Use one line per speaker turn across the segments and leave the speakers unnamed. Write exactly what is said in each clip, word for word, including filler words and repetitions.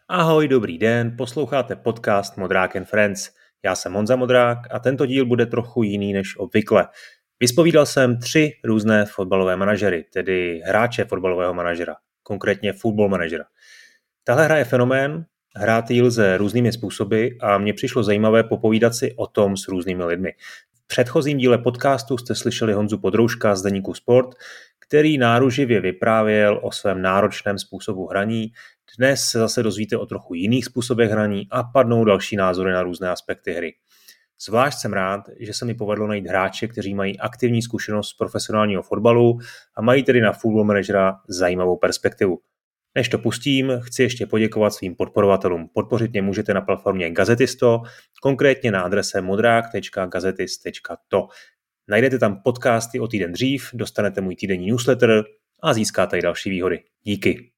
Ahoj, dobrý den, posloucháte podcast Modrák and Friends. Já jsem Honza Modrák a tento díl bude trochu jiný než obvykle. Vyspovídal jsem tři různé fotbalové manažery, tedy hráče fotbalového manažera, konkrétně football manažera. Tahle hra je fenomén, hrát ji lze různými způsoby a mně přišlo zajímavé popovídat si o tom s různými lidmi. V předchozím díle podcastu jste slyšeli Honzu Podrouška z deníku Sport, který náruživě vyprávěl o svém náročném způsobu hraní. Dnes se zase dozvíte o trochu jiných způsobech hraní a padnou další názory na různé aspekty hry. Zvlášť jsem rád, že se mi povedlo najít hráče, kteří mají aktivní zkušenost z profesionálního fotbalu a mají tedy na football manažera zajímavou perspektivu. Než to pustím, chci ještě poděkovat svým podporovatelům. Podpořit mě můžete na platformě Gazetisto, konkrétně na adrese modrák tečka gazetis tečka to. Najdete tam podcasty o týden dřív, dostanete můj týdenní newsletter a získáte i další výhody. Díky.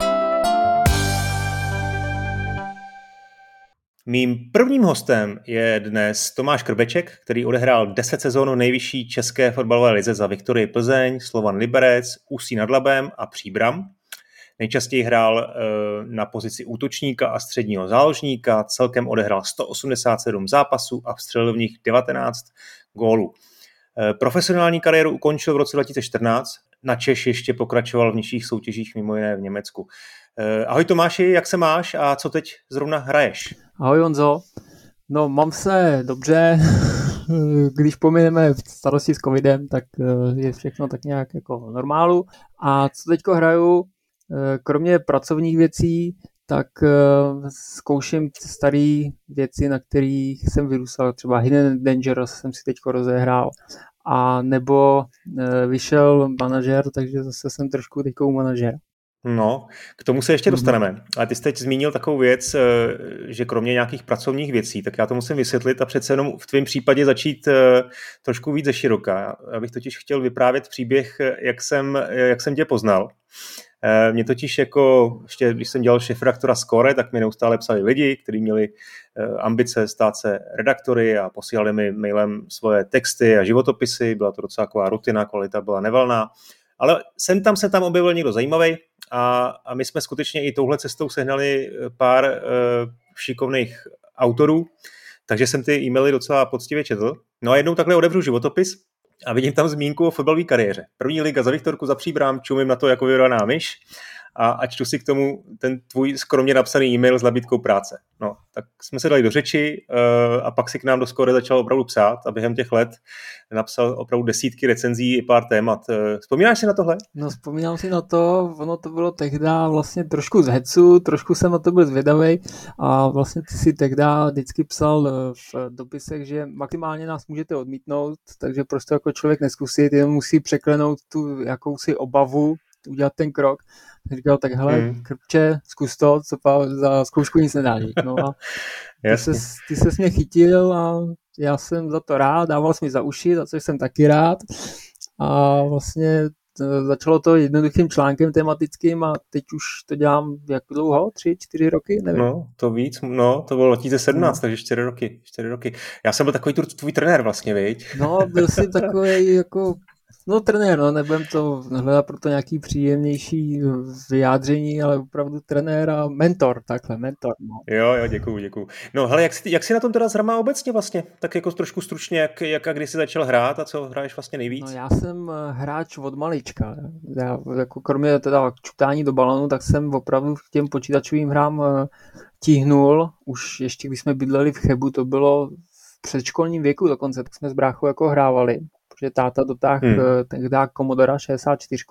Mým prvním hostem je dnes Tomáš Krbeček, který odehrál deset sezónů nejvyšší české fotbalové lize za Viktorii Plzeň, Slovan Liberec, Ústí nad Labem a Příbram. Nejčastěji hrál na pozici útočníka a středního záložníka, celkem odehrál sto osmdesát sedm zápasů a vstřelil v nich devatenáct gólů. Profesionální kariéru ukončil v roce dva tisíce čtrnáct, načež ještě pokračoval v nižších soutěžích, mimo jiné v Německu. Ahoj Tomáši, jak se máš a co teď zrovna hraješ?
Ahoj Honzo, no mám se dobře, když pomineme starosti s covidem, tak je všechno tak nějak jako normálu. A co teďko hraju, kromě pracovních věcí, tak zkouším staré věci, na kterých jsem vyrůstal, třeba Hidden Dangerous jsem si teďko rozehrál, a nebo vyšel manažer, takže zase jsem trošku teďko u manažera.
No, k tomu se ještě dostaneme. Ale ty jsi teď zmínil takovou věc, že kromě nějakých pracovních věcí, tak já to musím vysvětlit a přece jenom v tvém případě začít trošku víc ze široka. Já bych totiž chtěl vyprávět příběh, jak jsem, jak jsem tě poznal. Mě totiž jako, ještě když jsem dělal šéfredaktora Score, tak mi neustále psali lidi, kteří měli ambice stát se redaktory a posílali mi mailem svoje texty a životopisy. Byla to docela taková rutina, kvalita byla nevalná. Ale sem tam se tam objevil někdo zajímavý a, a my jsme skutečně i touhle cestou sehnali pár uh, šikovných autorů, takže jsem ty e-maily docela poctivě četl. No a jednou takhle otevřu životopis a vidím tam zmínku o fotbalové kariéře. První liga za Viktorku, za Příbram, čumím na to jako vyrodaná myš a, a čtu si k tomu ten tvůj skromně napsaný e-mail s nabídkou práce. No, tak jsme se dali do řeči uh, a pak si k nám do Score začal opravdu psát a během těch let napsal opravdu desítky recenzí i pár témat. Vzpomínáš si na tohle?
No, vzpomínám si na to, ono to bylo tehdy vlastně trošku z hecu, trošku jsem na to byl zvědavej a vlastně ty si tehdy vždycky psal v dopisech, že maximálně nás můžete odmítnout, takže prostě jako člověk neskusit, jenom musí překlenout tu jakousi obavu, udělat ten krok. Říkal, tak hele, hmm. Krbče, zkus to, co pa, za zkoušku nic nedáš. No a ty ses, ty ses mě chytil a já jsem za to rád, dával jsi mi za uši, za což jsem taky rád. A vlastně začalo to jednoduchým článkem tematickým a teď už to dělám jak dlouho? Tři, čtyři roky? Nevím.
No, to víc, no, to bylo dva tisíce sedmnáct, no. Takže čtyři roky, čtyři roky. Já jsem byl takový tvůj trenér vlastně, viď?
No, byl jsi takový jako... No trenér, no, nebudem to hledat proto nějaký příjemnější vyjádření, ale opravdu trenér a mentor, takhle, mentor. No.
Jo, jo, děkuju, děkuju. No hele, jak jsi, jak jsi na tom teda s hrama obecně vlastně? Tak jako trošku stručně, jak, jak a kdy jsi začal hrát a co hraješ vlastně nejvíc?
No já jsem hráč od malička. Já, jako kromě teda čutání do balonu, tak jsem opravdu k těm počítačovým hrám tíhnul. Už ještě když jsme bydleli v Chebu, to bylo v předškolním věku dokonce, tak jsme s bráchou jako hrávali. Že táta dotáhl hmm. tehdy Commodore šedesát čtyři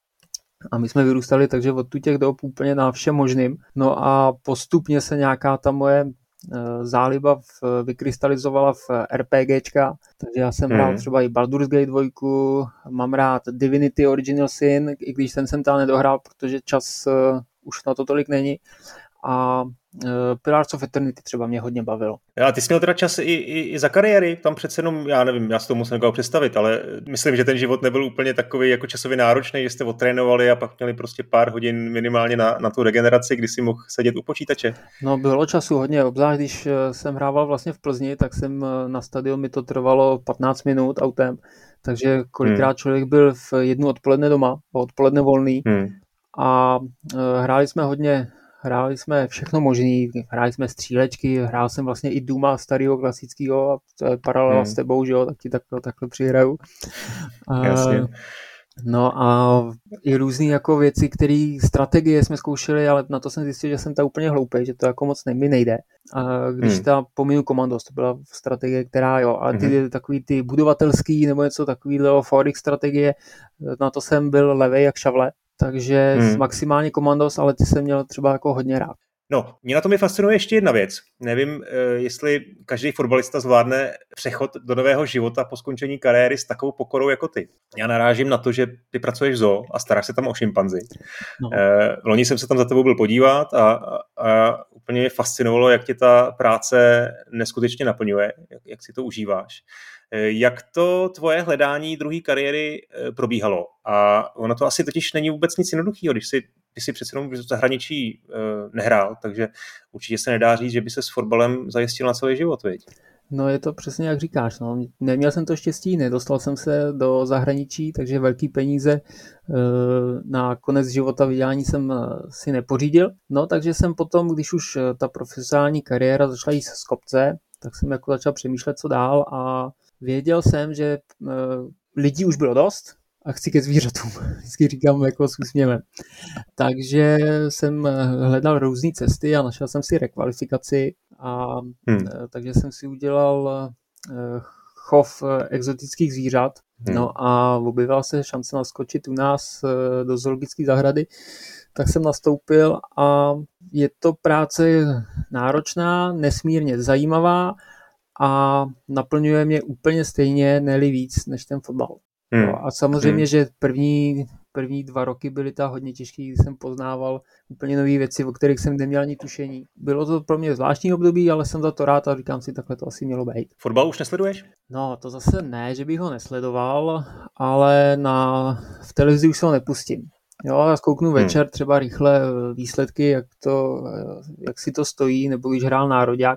a my jsme vyrůstali, takže od tu těch dob úplně na všem možným. No a postupně se nějaká ta moje záliba v, vykrystalizovala v RPGčka, takže já jsem hmm. hrál třeba i Baldur's Gate dva, mám rád Divinity Original Sin, i když ten jsem tam nedohrál, protože čas uh, už na to tolik není. A uh, Pillars of Eternity třeba mě hodně bavilo.
A ty jsi měl teda čas i, i, i za kariéry, tam přece jenom, já nevím, já si to musím představit, ale myslím, že ten život nebyl úplně takový jako časově náročný, že jste otrénovali a pak měli prostě pár hodin minimálně na, na tu regeneraci, kdy si mohl sedět u počítače.
No bylo času hodně, obzvlášť když jsem hrával vlastně v Plzni, tak jsem na stadion, mi to trvalo patnáct minut autem, takže kolikrát hmm. člověk byl v jednu odpoledne doma, odpoledne volný hmm. a uh, hráli jsme hodně hráli jsme všechno možný, hráli jsme střílečky, hrál jsem vlastně i Duma starého klasického, a to je paralela hmm. s tebou, že jo, tak ti takhle, takhle přihraju.
Jasně.
Uh, No a i různý jako věci, které strategie jsme zkoušeli, ale na to jsem zjistil, že jsem ta úplně hloupý, že to jako moc mi nejde. A když hmm. ta pominu Commandos, to byla strategie, která jo, ale ty hmm. takový ty budovatelský nebo něco takového Forex strategie, na to jsem byl levej jak šavle, takže hmm. maximálně Commandos, ale ty jsem měl třeba jako hodně rád.
No, mě na tom je fascinuje ještě jedna věc. Nevím, jestli každý fotbalista zvládne přechod do nového života po skončení kariéry s takovou pokorou jako ty. Já narážím na to, že ty pracuješ v zoo a staráš se tam o šimpanzi. No. V loni jsem se tam za tebou byl podívat a, a, a úplně mě fascinovalo, jak tě ta práce neskutečně naplňuje, jak, jak si to užíváš. Jak to tvoje hledání druhé kariéry probíhalo? A ono to asi totiž není vůbec nic jednoduchého, když si, když si přece jenom v zahraničí nehrál, takže určitě se nedá říct, že by se s fotbalem zajistil na celý život, viď?
No je to přesně jak říkáš, no. Neměl jsem to štěstí, nedostal jsem se do zahraničí, takže velký peníze na konec života vydělání jsem si nepořídil. No takže jsem potom, když už ta profesionální kariéra začala jít z kopce, tak jsem jako začal přemýšlet, co dál a věděl jsem, že uh, lidí už bylo dost a chci ke zvířatům. Vždycky říkám jako s úsměvem. Takže jsem hledal různé cesty a našel jsem si rekvalifikaci a hmm. uh, takže jsem si udělal uh, chov uh, exotických zvířat. Hmm. No a objevila se šance naskočit u nás uh, do zoologické zahrady, tak jsem nastoupil a je to práce náročná, nesmírně zajímavá, a naplňuje mě úplně stejně, ne-li víc, než ten fotbal. Hmm. No a samozřejmě, hmm. že první, první dva roky byly ta hodně těžký, kdy jsem poznával úplně nové věci, o kterých jsem neměl ani tušení. Bylo to pro mě zvláštní období, ale jsem za to rád a říkám si, takhle to asi mělo být.
Fotbal už nesleduješ?
No, to zase ne, že bych ho nesledoval, ale na, v televizi už se ho nepustím. Jo, já zkouknu večer hmm. třeba rychle výsledky, jak, to, jak si to stojí, nebo když hrál nároďák,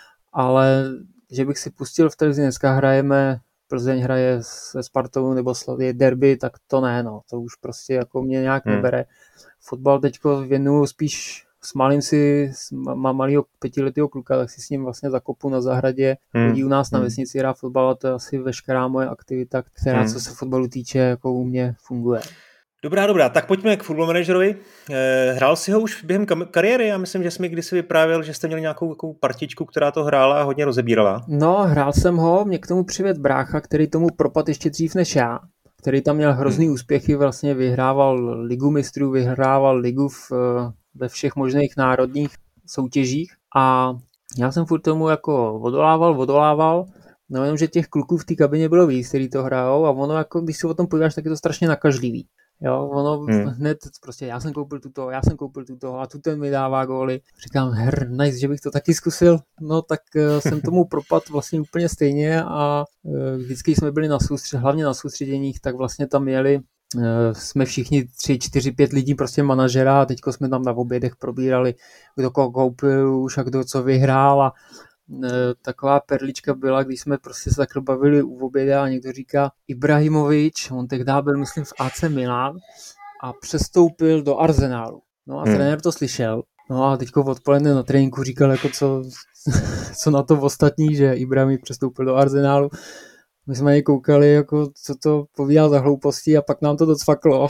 ale že bych si pustil v televizi, dneska hrajeme, Plzeň hraje se Spartou nebo Slavie derby, tak to ne, no, to už prostě jako mě nějak hmm. nebere. Fotbal teďko věnuju spíš, smalím si, mám malýho pětiletýho kluka, tak si s ním vlastně zakopu na zahradě, hmm. lidí u nás na vesnici hrá fotbal a to je asi veškerá moje aktivita, která hmm. co se fotbalu týče, jako u mě funguje.
Dobrá, dobrá, tak pojďme k Football Managerovi. Hrál jsi ho už během kariéry? Já myslím, že jsi mi kdysi vyprávěl, že jste měli nějakou, nějakou partičku, která to hrála a hodně rozebírala.
No, hrál jsem ho, mě k tomu přivedl brácha, který tomu propad ještě dřív než já, který tam měl hrozný hmm. úspěchy, vlastně vyhrával ligu mistrů, vyhrával ligu v, ve všech možných národních soutěžích a já jsem furt tomu jako odolával, odolával, no jenom, že těch kluků v té kabině bylo víc, který to hrajou a ono jako, když si o tom podíváš, tak je to strašně nakažlivý. Jo, ono hmm. hned prostě já jsem koupil tuto, já jsem koupil tuto a tu ten mi dává góly. Říkám, her, nice, že bych to taky zkusil. No tak uh, jsem tomu propad vlastně úplně stejně a uh, vždycky jsme byli na soustředěních, hlavně na soustředěních, tak vlastně tam jeli, uh, jsme všichni tři, čtyři, pět lidí prostě manažera a teďko jsme tam na obědech probírali, kdo koho koupil už a kdo co vyhrál a taková perlička byla, když jsme prostě se takhle bavili u oběda a někdo říká Ibrahimovič, on tehdy byl myslím v A C Milan a přestoupil do Arsenálu. No a hmm. trenér to slyšel. No a teďko odpoledne na tréninku říkal jako co, co na to ostatní, že Ibrahimovič přestoupil do Arsenálu. My jsme je koukali, jako, co to povídal za hlouposti a pak nám to docvaklo.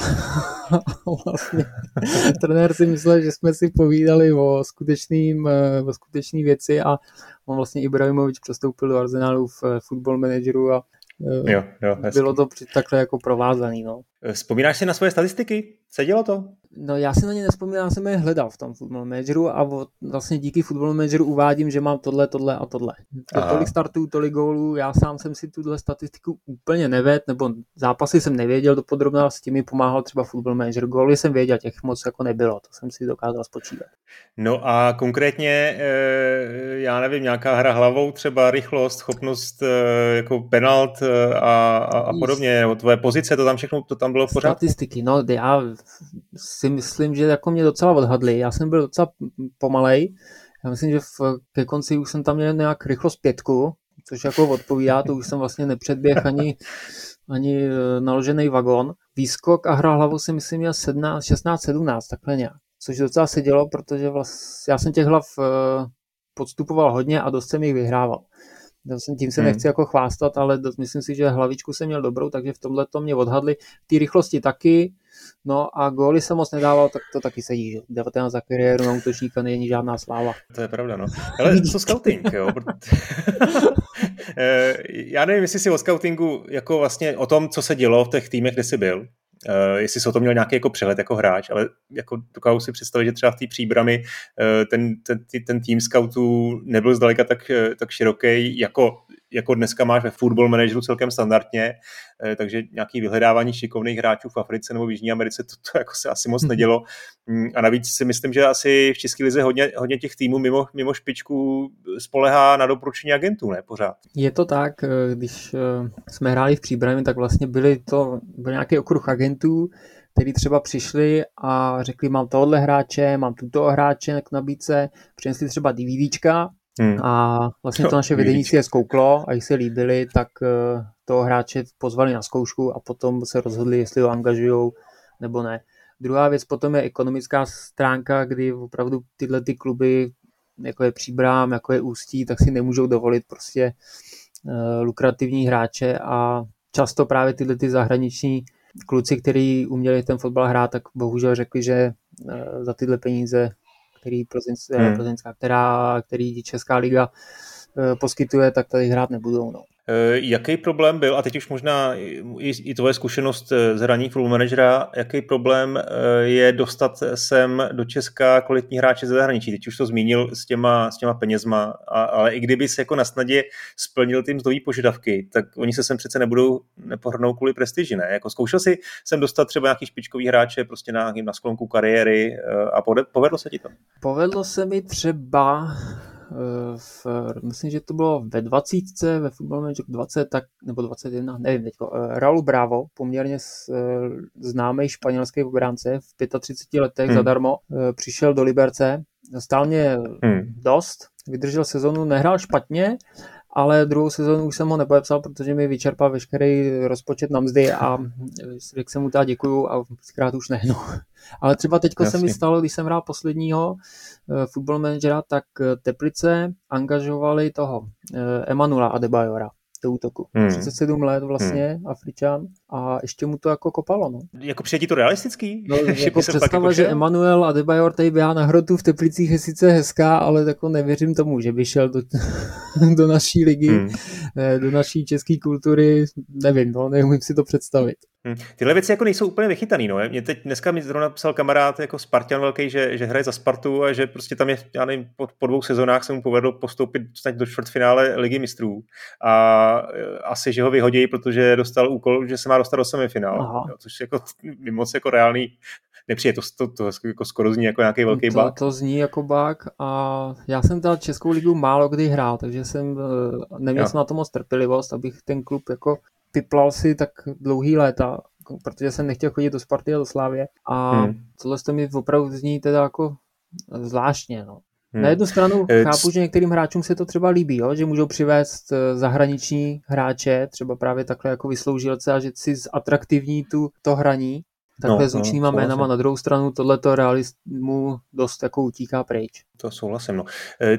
Vlastně trenér si myslel, že jsme si povídali o skutečným, o skutečný věci a on vlastně Ibrahimovič přestoupil do Arsenálu v Football Manageru a jo, jo, bylo to takhle jako provázaný. No.
Vzpomínáš si na svoje statistiky? Sedělo to?
No já si na ně nespomínám, jsem je hledal v tom Football Manageru a vlastně díky Football Manageru uvádím, že mám tohle, tohle a tohle. Tolik startů, tolik gólů, já sám jsem si tuhle statistiku úplně nevedl, nebo zápasy jsem nevěděl dopodrobna, s tím mi pomáhal třeba Football Manager. Góly jsem věděl, těch moc jako nebylo, to jsem si dokázal spočítat.
No a konkrétně, já nevím, nějaká hra hlavou, třeba rychlost, schopnost jako penalt a, a podobně, nebo tvoje pozice, to tam všechno, to tam bylo v pořádku?
Statistiky, no já si myslím, že jako mě docela odhadli. Já jsem byl docela pomalej. Já myslím, že v, ke konci už jsem tam měl nějak rychlost pětku, což jako odpovídá, to už jsem vlastně nepředběh ani, ani naložený vagon. Výskok a hra hlavou si myslím měl šestnáct sedmnáct, takhle nějak. což docela se dělo, protože vlastně já jsem těch hlav podstupoval hodně a dost jsem jich vyhrával. Tím se nechci hmm. jako chvástat, ale dost, myslím si, že hlavičku jsem měl dobrou, takže v tomhle to mě odhadli. Ty rychlosti taky, no a góly jsem moc nedával, tak to taky sedí. devatenáct za kariéru na útočníka není žádná sláva.
To je pravda, no. Ale co scouting, jo? Já nevím, jestli si o scoutingu, jako vlastně o tom, co se dělo v těch týmech, kde jsi byl, Uh, jestli jsi o tom měl nějaký jako přehled jako hráč, ale jako dokážu si představit, že třeba v té Příbrami uh, ten, ten, ten tým scoutů nebyl zdaleka tak, tak široký, jako, jako dneska máš ve Football Manageru celkem standardně, uh, takže nějaké vyhledávání šikovných hráčů v Africe nebo v Jižní Americe, to, to jako se asi moc nedělo. Um, a navíc si myslím, že asi v České lize hodně, hodně těch týmů mimo, mimo špičku spolehá na doporučení agentů, ne pořád.
Je to tak, když jsme hráli v Příbrami, tak vlastně byly to byl nějaký okruh agentů, kteří třeba přišli a řekli, mám tohle hráče, mám tuto hráče k nabídce, přinesli třeba DVDčka hmm. a vlastně to naše vedení si je zkouklo a jich se líbili, tak toho hráče pozvali na zkoušku a potom se rozhodli, jestli ho angažujou nebo ne. Druhá věc potom je ekonomická stránka, kdy opravdu tyhle ty kluby, jako je Příbram, jako je Ústí, tak si nemůžou dovolit prostě uh, lukrativní hráče a často právě tyhle ty zahraniční kluci, kteří uměli ten fotbal hrát, tak bohužel řekli, že uh, za tyhle peníze, který Plzeňská, hmm. Plzeňská, která, který Česká liga uh, poskytuje, tak tady hrát nebudou. No.
Jaký problém byl, a teď už možná i, i tvoje zkušenost z hraní Football Managera, jaký problém je dostat sem do Česka kvalitní hráče ze zahraničí? Teď už to zmínil s těma, s těma penězma, a, ale i kdyby se jako na snadě splnil ty mzdové požadavky, tak oni se sem přece nebudou nepohrnou kvůli prestiži, ne? Jako zkoušel si sem dostat třeba nějaký špičkový hráče prostě na, na sklonku kariéry a povedlo se ti to?
Povedlo se mi třeba... V, myslím, že to bylo ve dvacítce, ve Football Manager dvacet, tak, nebo dvacet jedna, nevím teďko. Raul Bravo, poměrně známý španělský obránce, v třiceti pěti letech hmm. zadarmo přišel do Liberce, stál mě hmm. dost, vydržel sezonu, nehrál špatně, ale druhou sezonu už jsem ho nepodepsal, protože mi vyčerpal veškerý rozpočet na mzdy a řekl jsem mu teda děkuju a zkrát už nehnu. Ale třeba teďko se mi stalo, když jsem hrál posledního uh, Football Managera, tak Teplice angažovali toho uh, Emanuela Adebayora do útoku. Hmm. třicet sedm let vlastně, hmm. Afričan, a ještě mu to jako kopalo. No.
Jako přijde ti to realistický?
No, jako představa, že Emanuel Adebayor tady běhá na hrotu v Teplicích je sice hezká, ale jako nevěřím tomu, že by šel do, do naší ligy, hmm. do naší české kultury, nevím, no, neumím si to představit.
Hmm. Tyhle věci jako nejsou úplně vychytaný, no. Mě teď dneska mi zrovna psal kamarád jako Spartan velký, že, že hraje za Spartu a že prostě tam je, já nevím, po, po dvou sezónách se mu povedlo postoupit snad do čtvrtfinále Ligy mistrů a asi, že ho vyhodí, protože dostal úkol, že se má dostat do semifinále, což jako moc jako reálný nepřijde, to, to, to jako skoro zní jako nějaký velký
to,
bug.
To zní jako bug a já jsem teda Českou ligu málo kdy hrál, takže jsem neměl jsem na to moc trpělivost, abych ten klub jako piplal si tak dlouhý léta, protože jsem nechtěl chodit do Sparty a do Slávie a hmm. tohle to mi opravdu zní teda jako zvláštně, no. Hmm. Na jednu stranu chápu, že některým hráčům se to třeba líbí, jo? Že můžou přivést zahraniční hráče, třeba právě takhle jako vysloužilce a že si zatraktivní tu, to hraní, takhle no, s učnýma no, jménama. Na druhou stranu tohleto realismu dost jako utíká pryč.
To souhlasím. No.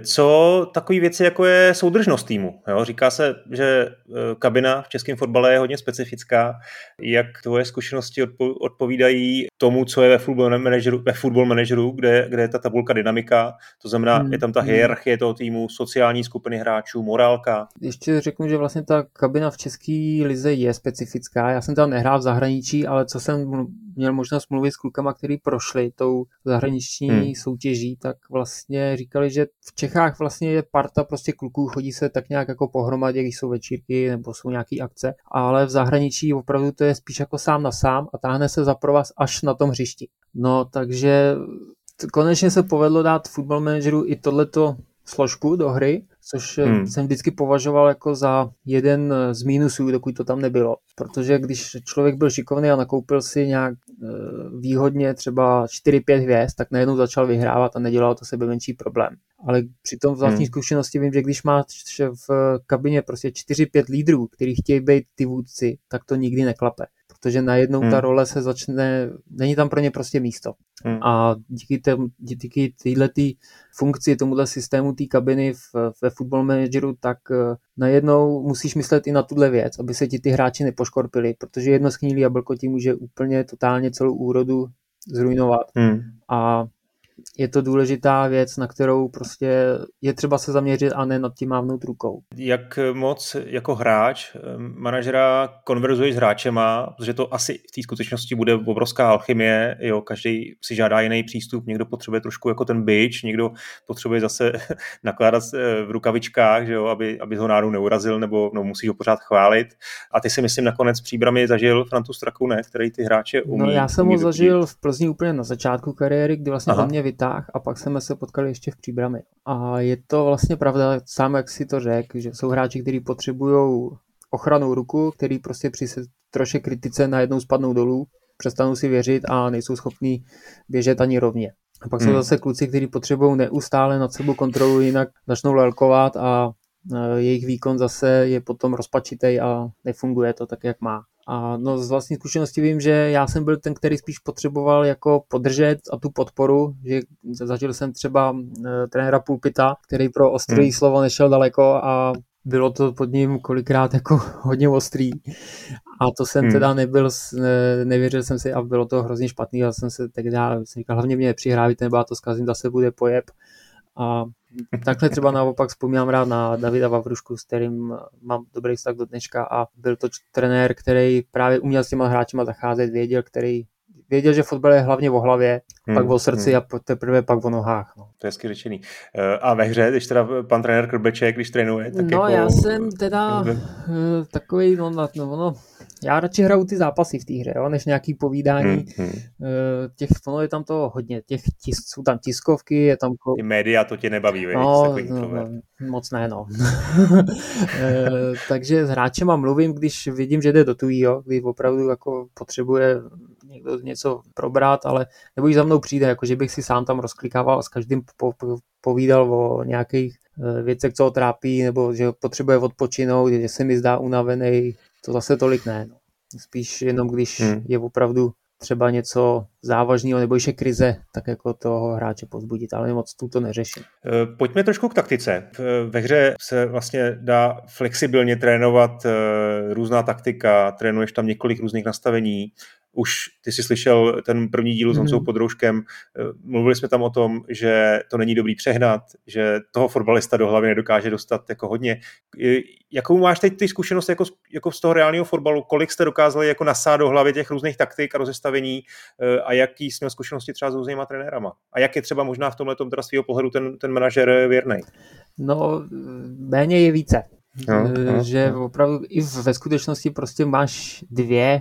Co takové věci, jako je soudržnost týmu? Jo? Říká se, že kabina v českém fotbale je hodně specifická. Jak tvoje zkušenosti odpo- odpovídají tomu, co je ve Football Manageru, ve Football Manageru kde, kde je ta tabulka dynamika, to znamená, hmm. je tam ta hierarchie toho týmu, sociální skupiny hráčů, morálka?
Ještě řeknu, že vlastně ta kabina v české lize je specifická. Já jsem tam nehrál v zahraničí, ale co jsem měl možnost mluvit s klukama, který prošli tou zahraniční hmm. soutěží, tak vlastně říkali, že v Čechách vlastně je parta prostě kluků, chodí se tak nějak jako pohromadě, když jsou večírky nebo jsou nějaký akce, ale v zahraničí opravdu to je spíš jako sám na sám a táhne se za provaz až na tom hřišti. No, takže konečně se povedlo dát Football Manageru i tohleto složku do hry, což hmm. jsem vždycky považoval jako za jeden z mínusů, dokud to tam nebylo. Protože když člověk byl šikovný a nakoupil si nějak e, výhodně třeba čtyři pět hvězd, tak najednou začal vyhrávat a nedělalo to sebe menší problém. Ale při tom vlastní hmm. zkušenosti vím, že když máš v kabině prostě čtyři pět lídrů, kteří chtějí být ty vůdci, tak to nikdy neklape. protože najednou
Hmm.
ta role se začne, není tam pro ně prostě místo.
Hmm.
A díky, té, díky této funkci, tomuhle systému té kabiny v, ve Football Manageru, tak najednou musíš myslet i na tuhle věc, aby se ti ty hráči nepoškorpili, protože jedno schnilý jablko ti může úplně totálně celou úrodu zruinovat.
Hmm.
A je to důležitá věc, na kterou prostě je třeba se zaměřit a ne nad tím mávnout rukou.
Jak moc jako hráč manažera konverzuješ s hráčema, protože to asi v té skutečnosti bude obrovská alchymie, jo, každý si žádá jiný přístup, někdo potřebuje trošku jako ten bič, někdo potřebuje zase nakládat v rukavičkách, že jo, aby, aby ho náhodou neurazil, nebo no, musí ho pořád chválit. A ty si myslím nakonec v Příbrami zažil Frantu Straku, ne, který ty hráče umí.
No já jsem
umí
ho zažil v Plzni úplně na začátku kariéry, kdy vlastně
Aha.
on mě vytáhl a pak jsme se potkali ještě v Příbrami. A je to vlastně pravda, sám jak si to řekl, že jsou hráči, kteří potřebují ochranou ruku, který prostě při troše kritice najednou spadnou dolů, přestanou si věřit a nejsou schopní běžet ani rovně. A pak hmm. jsou zase kluci, kteří potřebují neustále nad sebou kontrolu, jinak začnou lelkovat a jejich výkon zase je potom rozpačitej a nefunguje to tak, jak má. A no z vlastní zkušenosti vím, že já jsem byl ten, který spíš potřeboval jako podržet a tu podporu, že zažil jsem třeba e, trenéra Pulpita, který pro ostrý hmm. slovo nešel daleko a bylo to pod ním kolikrát jako hodně ostrý. A to jsem hmm. teda nebyl, ne, nevěřil jsem si a bylo to hrozně špatný. Já jsem se tehdy říkal, hlavně mě nepřihrávit, nebo já to zkazím, zase bude pojeb. A takhle třeba naopak vzpomínám rád na Davida Vavrušku, s kterým mám dobrý vztah do dneška a byl to trenér, který právě uměl s těma hráčima zacházet, věděl, který věděl, že fotbal je hlavně o hlavě, hmm, pak o srdci hmm. a teprve pak o nohách. No.
To je hezky řečený. A ve hře, když teda pan trenér Krbeček, když trénuje, tak
no
jako...
já jsem teda uh, takový, no, no, no, já radši hraju ty zápasy v té hře, jo, než nějaký povídání. Hmm, hmm. Uh, těch, no je tam to hodně, těch tis, jsou tam tiskovky, je tam... Ko...
Ty média, to tě nebaví, víš,
no,
takový
no, no, moc ne, no. uh, takže s hráčema mluvím, když vidím, že jde do tujího, kdy opravdu jako potřebuje někdo něco probrat, ale nebo i za mnou přijde, jako že bych si sám tam rozklikával a s každým po, po, povídal o nějakých věcech, co ho trápí, nebo že potřebuje odpočinout, že se mi zdá unavený, to zase tolik ne. No. Spíš jenom když hmm. je opravdu třeba něco závažného nebo ještě krize, tak jako toho hráče pozbudit, ale moc tu to neřeším.
Pojďme trošku k taktice. Ve hře se vlastně dá flexibilně trénovat různá taktika, trénuješ tam několik různých nastavení. Už ty jsi slyšel ten první díl s Honzou mm. Podrouškem, mluvili jsme tam o tom, že to není dobrý přehnat, že toho fotbalista do hlavy nedokáže dostat jako hodně. Jakou máš teď ty zkušenosti jako, jako z toho reálného fotbalu? Kolik jste dokázali jako nasát do hlavy těch různých taktik a rozestavení a jaký jsme zkušenosti třeba s různýma trenérama? A jak je třeba možná v tomhletom teda svýho pohledu ten, ten manažer věrnej?
No, méně je více. No, no, že no. Opravdu i ve skutečnosti prostě máš dvě,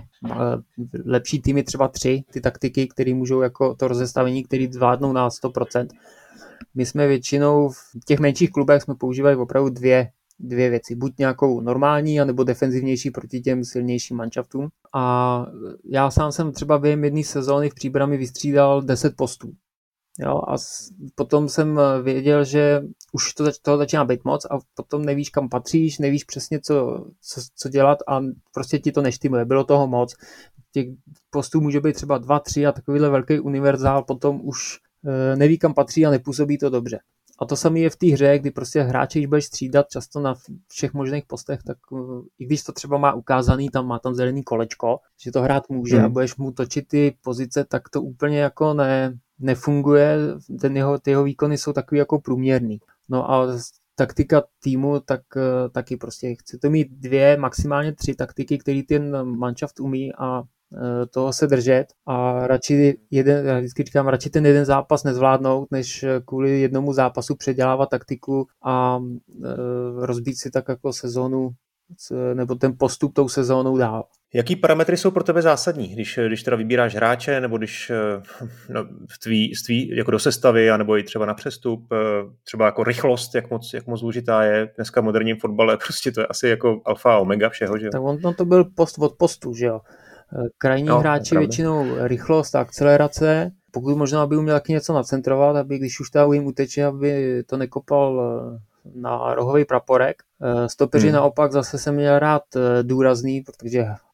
lepší týmy třeba tři, ty taktiky, které můžou jako to rozestavení, které zvládnou na sto procent. My jsme většinou v těch menších klubech jsme používali opravdu dvě, dvě věci. Buď nějakou normální, anebo defenzivnější proti těm silnějším manšaftům. A já sám jsem třeba během jedné sezóny v Příbrami vystřídal deset postů. Jo, a potom jsem věděl, že už to, toho začíná být moc a potom nevíš, kam patříš, nevíš přesně, co, co, co dělat a prostě ti to neštymuje. Bylo toho moc. Těch postů může být třeba dva, tři a takovýhle velký univerzál potom už e, neví, kam patří a nepůsobí to dobře. A to samé je v té hře, kdy prostě hráče, když budeš střídat často na všech možných postech, tak uh, i když to třeba má ukázaný, tam má tam zelený kolečko, že to hrát může hmm. a budeš mu točit ty pozice, tak to úplně jako ne, nefunguje, ten jeho, ty jeho výkony jsou takový jako průměrný. No a taktika týmu, tak uh, taky prostě chci to mít dvě, maximálně tři taktiky, který ten manšaft umí a toho se držet a radši jeden, já vždycky říkám, radši ten jeden zápas nezvládnout, než kvůli jednomu zápasu předělávat taktiku a e, rozbít si tak jako sezónu nebo ten postup tou sezónou dál.
Jaký parametry jsou pro tebe zásadní, když, když teda vybíráš hráče, nebo když no, v tvý, v tvý, jako do sestavy, anebo i třeba na přestup, třeba jako rychlost, jak moc, jak moc důležitá je dneska v moderním fotbale, prostě to je asi jako alfa a omega všeho, že jo?
Tak on no, to byl post od postu, že jo. Krajní no, hráči většinou rychlost a akcelerace, pokud možná by uměl taky něco nacentrovat, aby když už ta jim uteče, aby to nekopal na rohový praporek. Stopeři hmm. naopak zase jsem měl rád důrazný, protože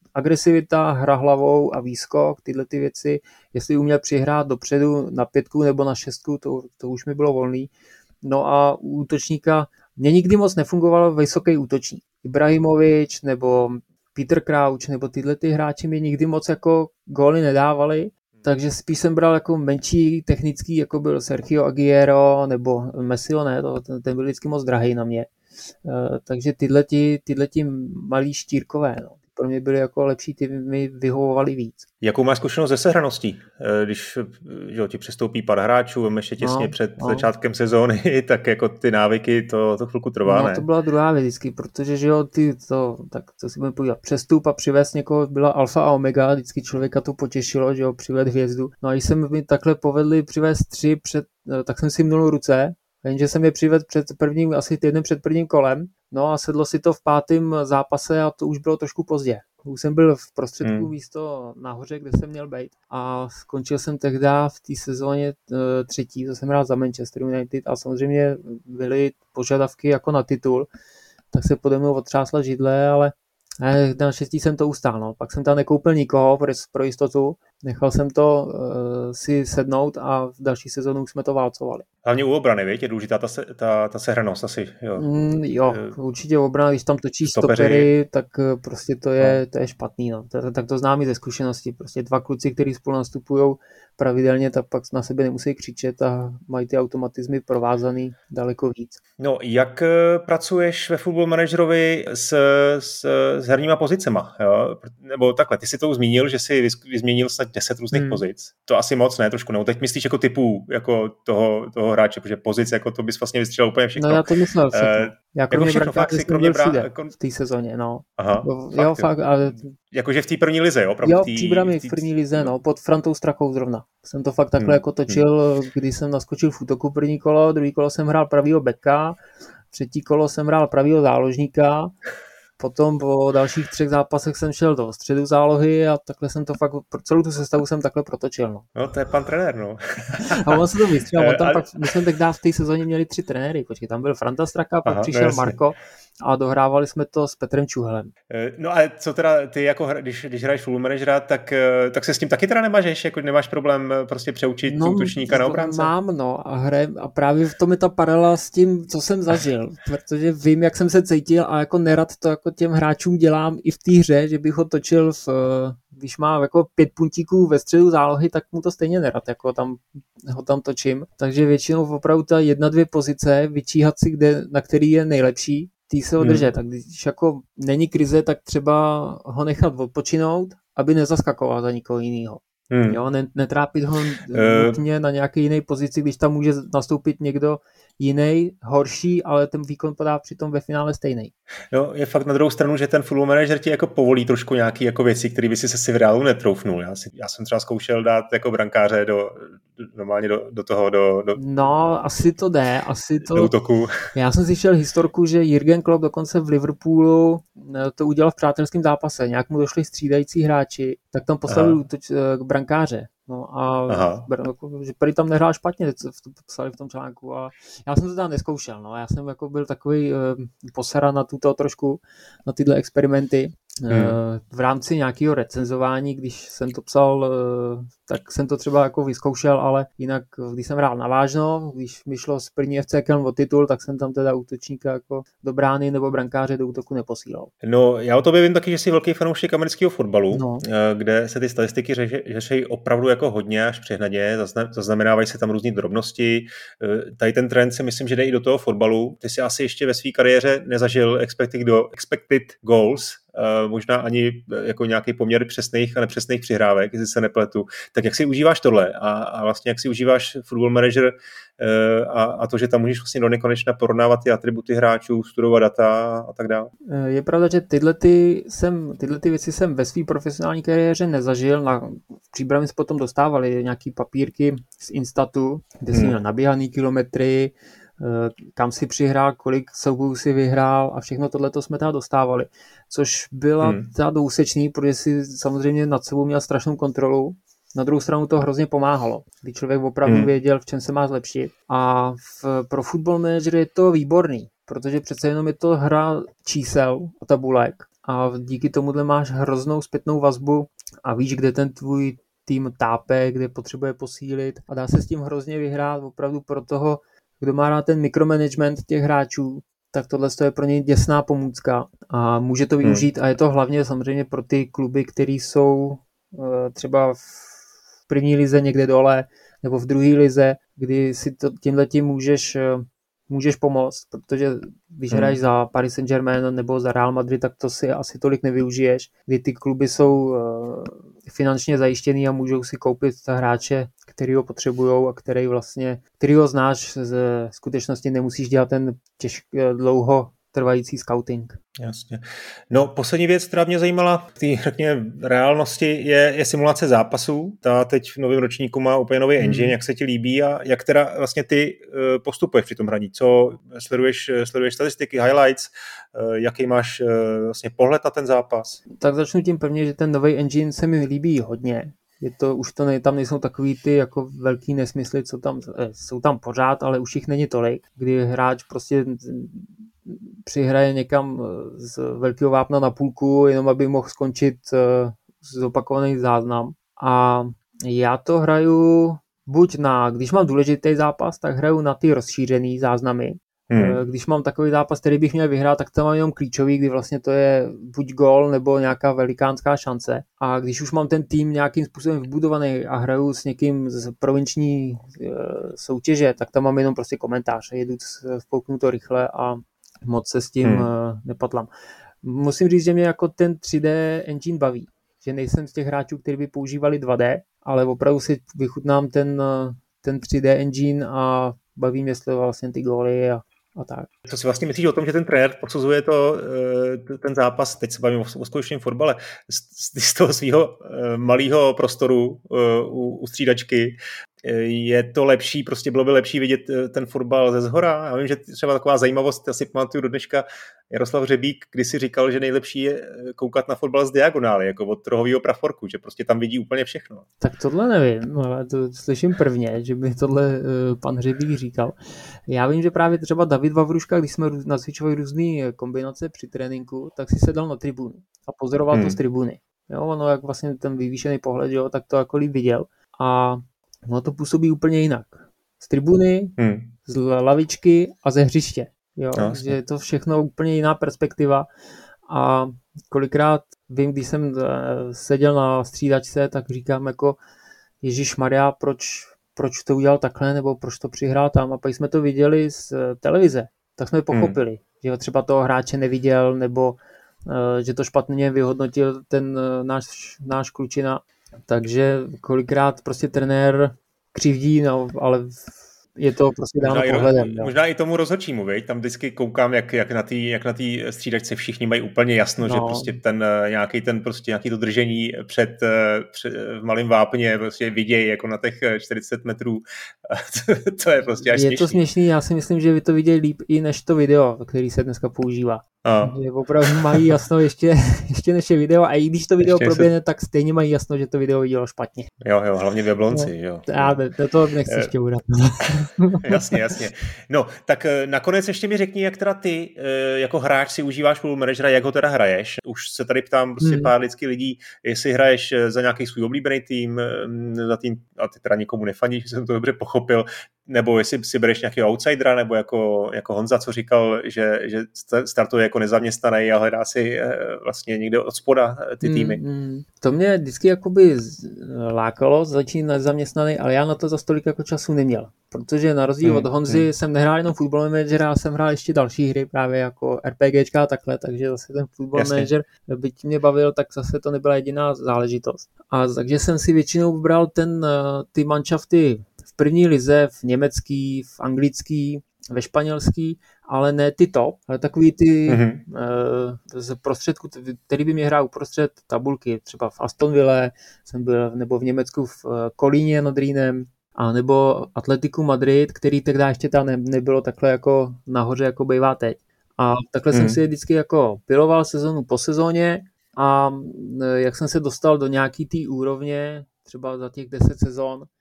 agresivita, hra hlavou a výskok, tyhle ty věci, jestli uměl přihrát dopředu na pětku nebo na šestku, to, to už mi bylo volný. No a u útočníka mě nikdy moc nefungoval vysoký útočník. Ibrahimovič nebo Peter Crouch nebo tyhle ty hráči mi nikdy moc jako góly nedávali, takže spíš jsem bral jako menší technický, jako byl Sergio Aguero nebo Messio, ne, to, ten, ten byl vždycky moc drahý na mě. Uh, takže tyhle, tyhle malí štírkové, no. Pro mě byly jako lepší, ty mi vyhovovali víc.
Jakou máš zkušenost ze sehraností? Když že, ti přestoupí pár hráčů, ještě těsně no, před no. začátkem sezóny, tak jako ty návyky, to, to chvilku trvá,
no,
ne?
To byla druhá věc vždycky, protože že jo, ty to, tak co si budeme povídat, přestup a přivést někoho byla alfa a omega, vždycky člověka to potěšilo, že jo, přivést hvězdu. No a když jsem mi takhle povedli přivést tři před, tak jsem si mnul ruce, jenže jsem je přivedl před prvním, asi týden před prvním kolem, no a sedlo si to v pátém zápase a to už bylo trošku pozdě. Už jsem byl v prostředku hmm. místo nahoře, kde jsem měl být a skončil jsem tehdy v té sezóně třetí, to jsem hrál za Manchester United a samozřejmě byly požadavky jako na titul, tak se pode mnou otřásla židle, ale naštěstí jsem to ustál. No. Pak jsem tam nekoupil nikoho pro, pro jistotu, nechal jsem to uh, si sednout a v další sezónu už jsme to válcovali.
Hlavně u obrany, víte, je důležitá ta, se, ta, ta sehranost asi. Jo,
mm, jo určitě obrana, když tam točíš stopery, tak prostě to je, no. to je špatný. No. To, tak to znám i ze zkušenosti. Prostě dva kluci, kteří spolu nastupují pravidelně, tak pak na sebe nemusí křičet a mají ty automatizmy provázaný daleko víc.
No, jak pracuješ ve Football Managerovi s, s, s herníma pozicema? Jo? Nebo takhle, ty si to už zmínil, že jsi změnil snad deset různých hmm. pozic. To asi moc, ne? Trošku nebo teď myslíš jako typů jako toho, toho hráče, protože pozice jako to bys vlastně vystřelil úplně všechno.
No já to myslel všechno. Uh,
já jako všechno, fakt si kromě brá... Jako...
v té sezóně, no.
Aha,
jo,
fakt,
jo, fakt, ale...
Jakože v té první lize, jo?
Jo, tý, příbramy tý... v první lize, no, pod Frantou Strakou zrovna. Jsem to fakt takhle hmm. jako točil, hmm. když jsem naskočil v útoku první kolo, druhý kolo jsem hrál pravýho beka, třetí kolo jsem hrál pravýho záložníka, potom po dalších třech zápasech jsem šel do středu zálohy a takhle jsem to fakt, celou tu sestavu jsem takhle protočil. No,
no to je pan trenér, no.
A on se to vystřelil, on tam a... pak, my jsme teď v té sezóně měli tři trenéry, počkej, tam byl Franta Straka, pak Aha, přišel no Marko a dohrávali jsme to s Petrem Čuhelem.
No a co teda ty, jako když, když hraješ Football Managera, tak, tak se s tím taky teda nemažeš, jako nemáš problém prostě přeučit no, útočníka na obránce?
Mám, no, a hrajem, a právě v tom je ta paralela s tím, co jsem zažil, protože vím, jak jsem se cítil a jako nerad to jako těm hráčům dělám i v té hře, že bych ho točil v, když má jako pět puntíků ve středu zálohy, tak mu to stejně nerad, jako tam ho tam točím. Takže většinou opravdu ta jedna, dvě pozice, vyčíhat si, kde, na který je nejlepší, tý se održet. Hmm. Tak když jako není krize, tak třeba ho nechat odpočinout, aby nezaskakoval za nikoho jiného. Hmm. Jo, netrápit ho nutně uh. na nějaké jiné pozici, když tam může nastoupit někdo jiný, horší, ale ten výkon podá přitom ve finále stejný.
No, je fakt na druhou stranu, že ten Football Manager ti jako povolí trošku nějaké jako věci, které by si se si v reálu netroufnul. Já, si, já jsem třeba zkoušel dát jako brankáře do, normálně do, do toho, do, do...
No, asi to jde, asi to...
Do útoku. Já
jsem si šel historku, že Jürgen Klopp dokonce v Liverpoolu to udělal v přátelském zápase. Nějak mu došli střídající hráči, tak tam postavil útoč, k brankáře. No a Aha. že prý tam nehrál špatně, co psali v tom článku a já jsem to tam neskoušel, no, já jsem jako byl takový uh, posera na tuto trošku, na tyhle experimenty. Hmm. Uh, v rámci nějakého recenzování, když jsem to psal, uh, tak jsem to třeba jako vyzkoušel, ale jinak, když jsem hrál navážno, když mi šlo z první F C Köln o titul, tak jsem tam teda útočníka jako do brány nebo brankáře do útoku neposílal.
No, já o tobě vím taky, že jsi velký fanoušek amerického fotbalu, no. Kde se ty statistiky řeší opravdu jako hodně až přehnaně, zaznamenávají se tam různé drobnosti. Tady ten trend si myslím, že jde i do toho fotbalu. Ty si asi ještě ve své kariéře nezažil expected, expected goals, Uh, možná ani jako nějaký poměr přesných a nepřesných přihrávek, jestli se nepletu. Tak jak si užíváš tohle a, a vlastně jak si užíváš Football Manager uh, a, a to, že tam můžeš vlastně do nekonečna porovnávat ty atributy hráčů, studovat data a tak dále?
Je pravda, že tyhle, ty jsem, tyhle ty věci jsem ve své profesionální kariéře nezažil. Na, v Příbrami jsme potom dostávali nějaký papírky z Instatu, kde si hmm. měl naběhaný kilometry, kam si přihrál, kolik soubojů si vyhrál a všechno tohleto jsme teda dostávali, což byla hmm. teda dousečný, protože si samozřejmě nad sebou měl strašnou kontrolu. Na druhou stranu to hrozně pomáhalo, když člověk opravdu hmm. věděl, v čem se má zlepšit. A v, pro Football Manager je to výborný, protože přece jenom je to hra čísel a tabulek a díky tomuhle máš hroznou zpětnou vazbu a víš, kde ten tvůj tým tápe, kde potřebuje posílit a dá se s tím hrozně vyhrát opravdu pro toho, kdo má rád ten mikromanagement těch hráčů, tak tohle je pro něj děsná pomůcka a může to využít hmm. a je to hlavně samozřejmě pro ty kluby, které jsou třeba v první lize někde dole nebo v druhé lize, kdy si to tímhletím můžeš, můžeš pomoct, protože když hmm. hraješ za Paris Saint-Germain nebo za Real Madrid, tak to si asi tolik nevyužiješ, kdy ty kluby jsou finančně zajištěný a můžou si koupit hráče, který ho potřebujou a který vlastně, který ho znáš, z skutečnosti nemusíš dělat ten těžk, dlouho trvající scouting.
Jasně. No, poslední věc, která mě zajímala v té, řekněme, reálnosti, je, je simulace zápasů. Ta teď v novém ročníku má úplně nový engine, hmm. jak se ti líbí a jak teda vlastně ty postupuješ při tom hraní. Co sleduješ, sleduješ statistiky, highlights, jaký máš vlastně pohled na ten zápas?
Tak začnu tím prvně, že ten nový engine se mi líbí hodně. Je to, už to ne, tam nejsou takový ty jako velký nesmysly, co tam, jsou tam pořád, ale už jich není tolik, kdy hráč prostě přihraje někam z velkého vápna na půlku, jenom aby mohl skončit zopakovaný záznam. A já to hraju buď na, když mám důležitý zápas, tak hraju na ty rozšířený záznamy. Hmm. Když mám takový zápas, který bych měl vyhrát, tak tam mám jenom klíčový, kdy vlastně to je buď gól nebo nějaká velikánská šance. A když už mám ten tým nějakým způsobem vybudovaný a hraju s někým z provinční soutěže, tak tam mám jenom prostě komentář. Jedu, spouknu to rychle a moc se s tím hmm. nepatlám. Musím říct, že mě jako ten tři dé engine baví. Že nejsem z těch hráčů, kteří by používali dva dé, ale opravdu si vychutnám ten, ten tři dé engine a baví mě sledovat vlastně ty góly a a tak.
Co si vlastně myslíš o tom, že ten trenér posuzuje to, ten zápas, teď se bavím o skutečném fotbale, z, z toho svého malého prostoru u, u střídačky, je to lepší, prostě bylo by lepší vidět ten fotbal ze zhora? Já vím, že třeba taková zajímavost, asi pamatuju do dneška, Jaroslav Řebík kdysi říkal, že nejlepší je koukat na fotbal z diagonály, jako od rohového pravorku, že prostě tam vidí úplně všechno.
Tak tohle nevím, ale to slyším prvně, že by tohle pan Řebík říkal. Já vím, že právě třeba David Vavruška, když jsme nacvičovali různé kombinace při tréninku, tak si sedal na tribunu a pozoroval hmm. to z tribuny. Jo, ono jak vlastně ten vyvýšený pohled, jo, tak to jako líp viděl a no to působí úplně jinak. Z tribuny, hmm. z lavičky a ze hřiště. Jo, no, že je to všechno úplně jiná perspektiva a kolikrát vím, když jsem seděl na střídačce, tak říkám jako Ježišmarja, proč, proč to udělal takhle, nebo proč to přihrál tam a pak jsme to viděli z televize, tak jsme pochopili, hmm. že třeba toho hráče neviděl, nebo že to špatně vyhodnotil ten náš, náš klučina. Takže kolikrát prostě trenér křivdí, no, ale je to prostě dáno pohledem.
I, možná i tomu rozhodčímu, viď? Tam vždycky koukám, jak, jak na té jak na tý střídačce všichni mají úplně jasno, no. že prostě ten nějaký ten prostě nějaký to držení před, před v malém vápně prostě vidějí jako na těch čtyřicet metrů. To je prostě až
Je
směšný.
to směšný, já si myslím, že vy to vidějí líp i než to video, který se dneska používá. A. Že opravdu mají jasno ještě, ještě než je video a i když to video ještě proběhne, se... tak stejně mají jasno, že to video vidělo špatně.
Jo, jo, hlavně v Jablonci, no, jo.
Já to, to nechci ještě udat.
Jasně, jasně. No, tak nakonec ještě mi řekni, jak teda ty jako hráč si užíváš Football Managera, jak ho teda hraješ. Už se tady ptám prostě hmm. pár lidských lidí, jestli hraješ za nějaký svůj oblíbený tým, za tým, a ty teda nikomu nefandíš, že jsem to dobře pochopil, nebo jestli si bereš nějakého outsidera, nebo jako, jako Honza, co říkal, že, že startuje jako nezaměstnaný a hledá si vlastně někde od spoda ty týmy. Mm, mm.
To mě vždycky jakoby lákalo začít nezaměstnaný, ale já na to za stolik jako času neměl. Protože na rozdíl mm, od Honzy mm. jsem nehrál jenom Football Manager, ale jsem hrál ještě další hry, právě jako RPGčka a takhle, takže zase ten Football Jasně. Manager, byť mě bavil, tak zase to nebyla jediná záležitost. A takže jsem si většinou vybral ten, ty manšafty v první lize, v německý, v anglický, ve španělský, ale ne ty top, ale takový ty mm-hmm. uh, z prostředku, který by mě hrál uprostřed tabulky, třeba v Aston Ville jsem byl, nebo v Německu v uh, Kolíně nad Rýnem, a nebo Atletiku Madrid, který tehdy ještě tam ne, nebylo takhle jako nahoře, jako bývá teď. A takhle mm. jsem si vždycky jako piloval sezonu po sezóně a jak jsem se dostal do nějaký té úrovně, třeba za těch deset sezon,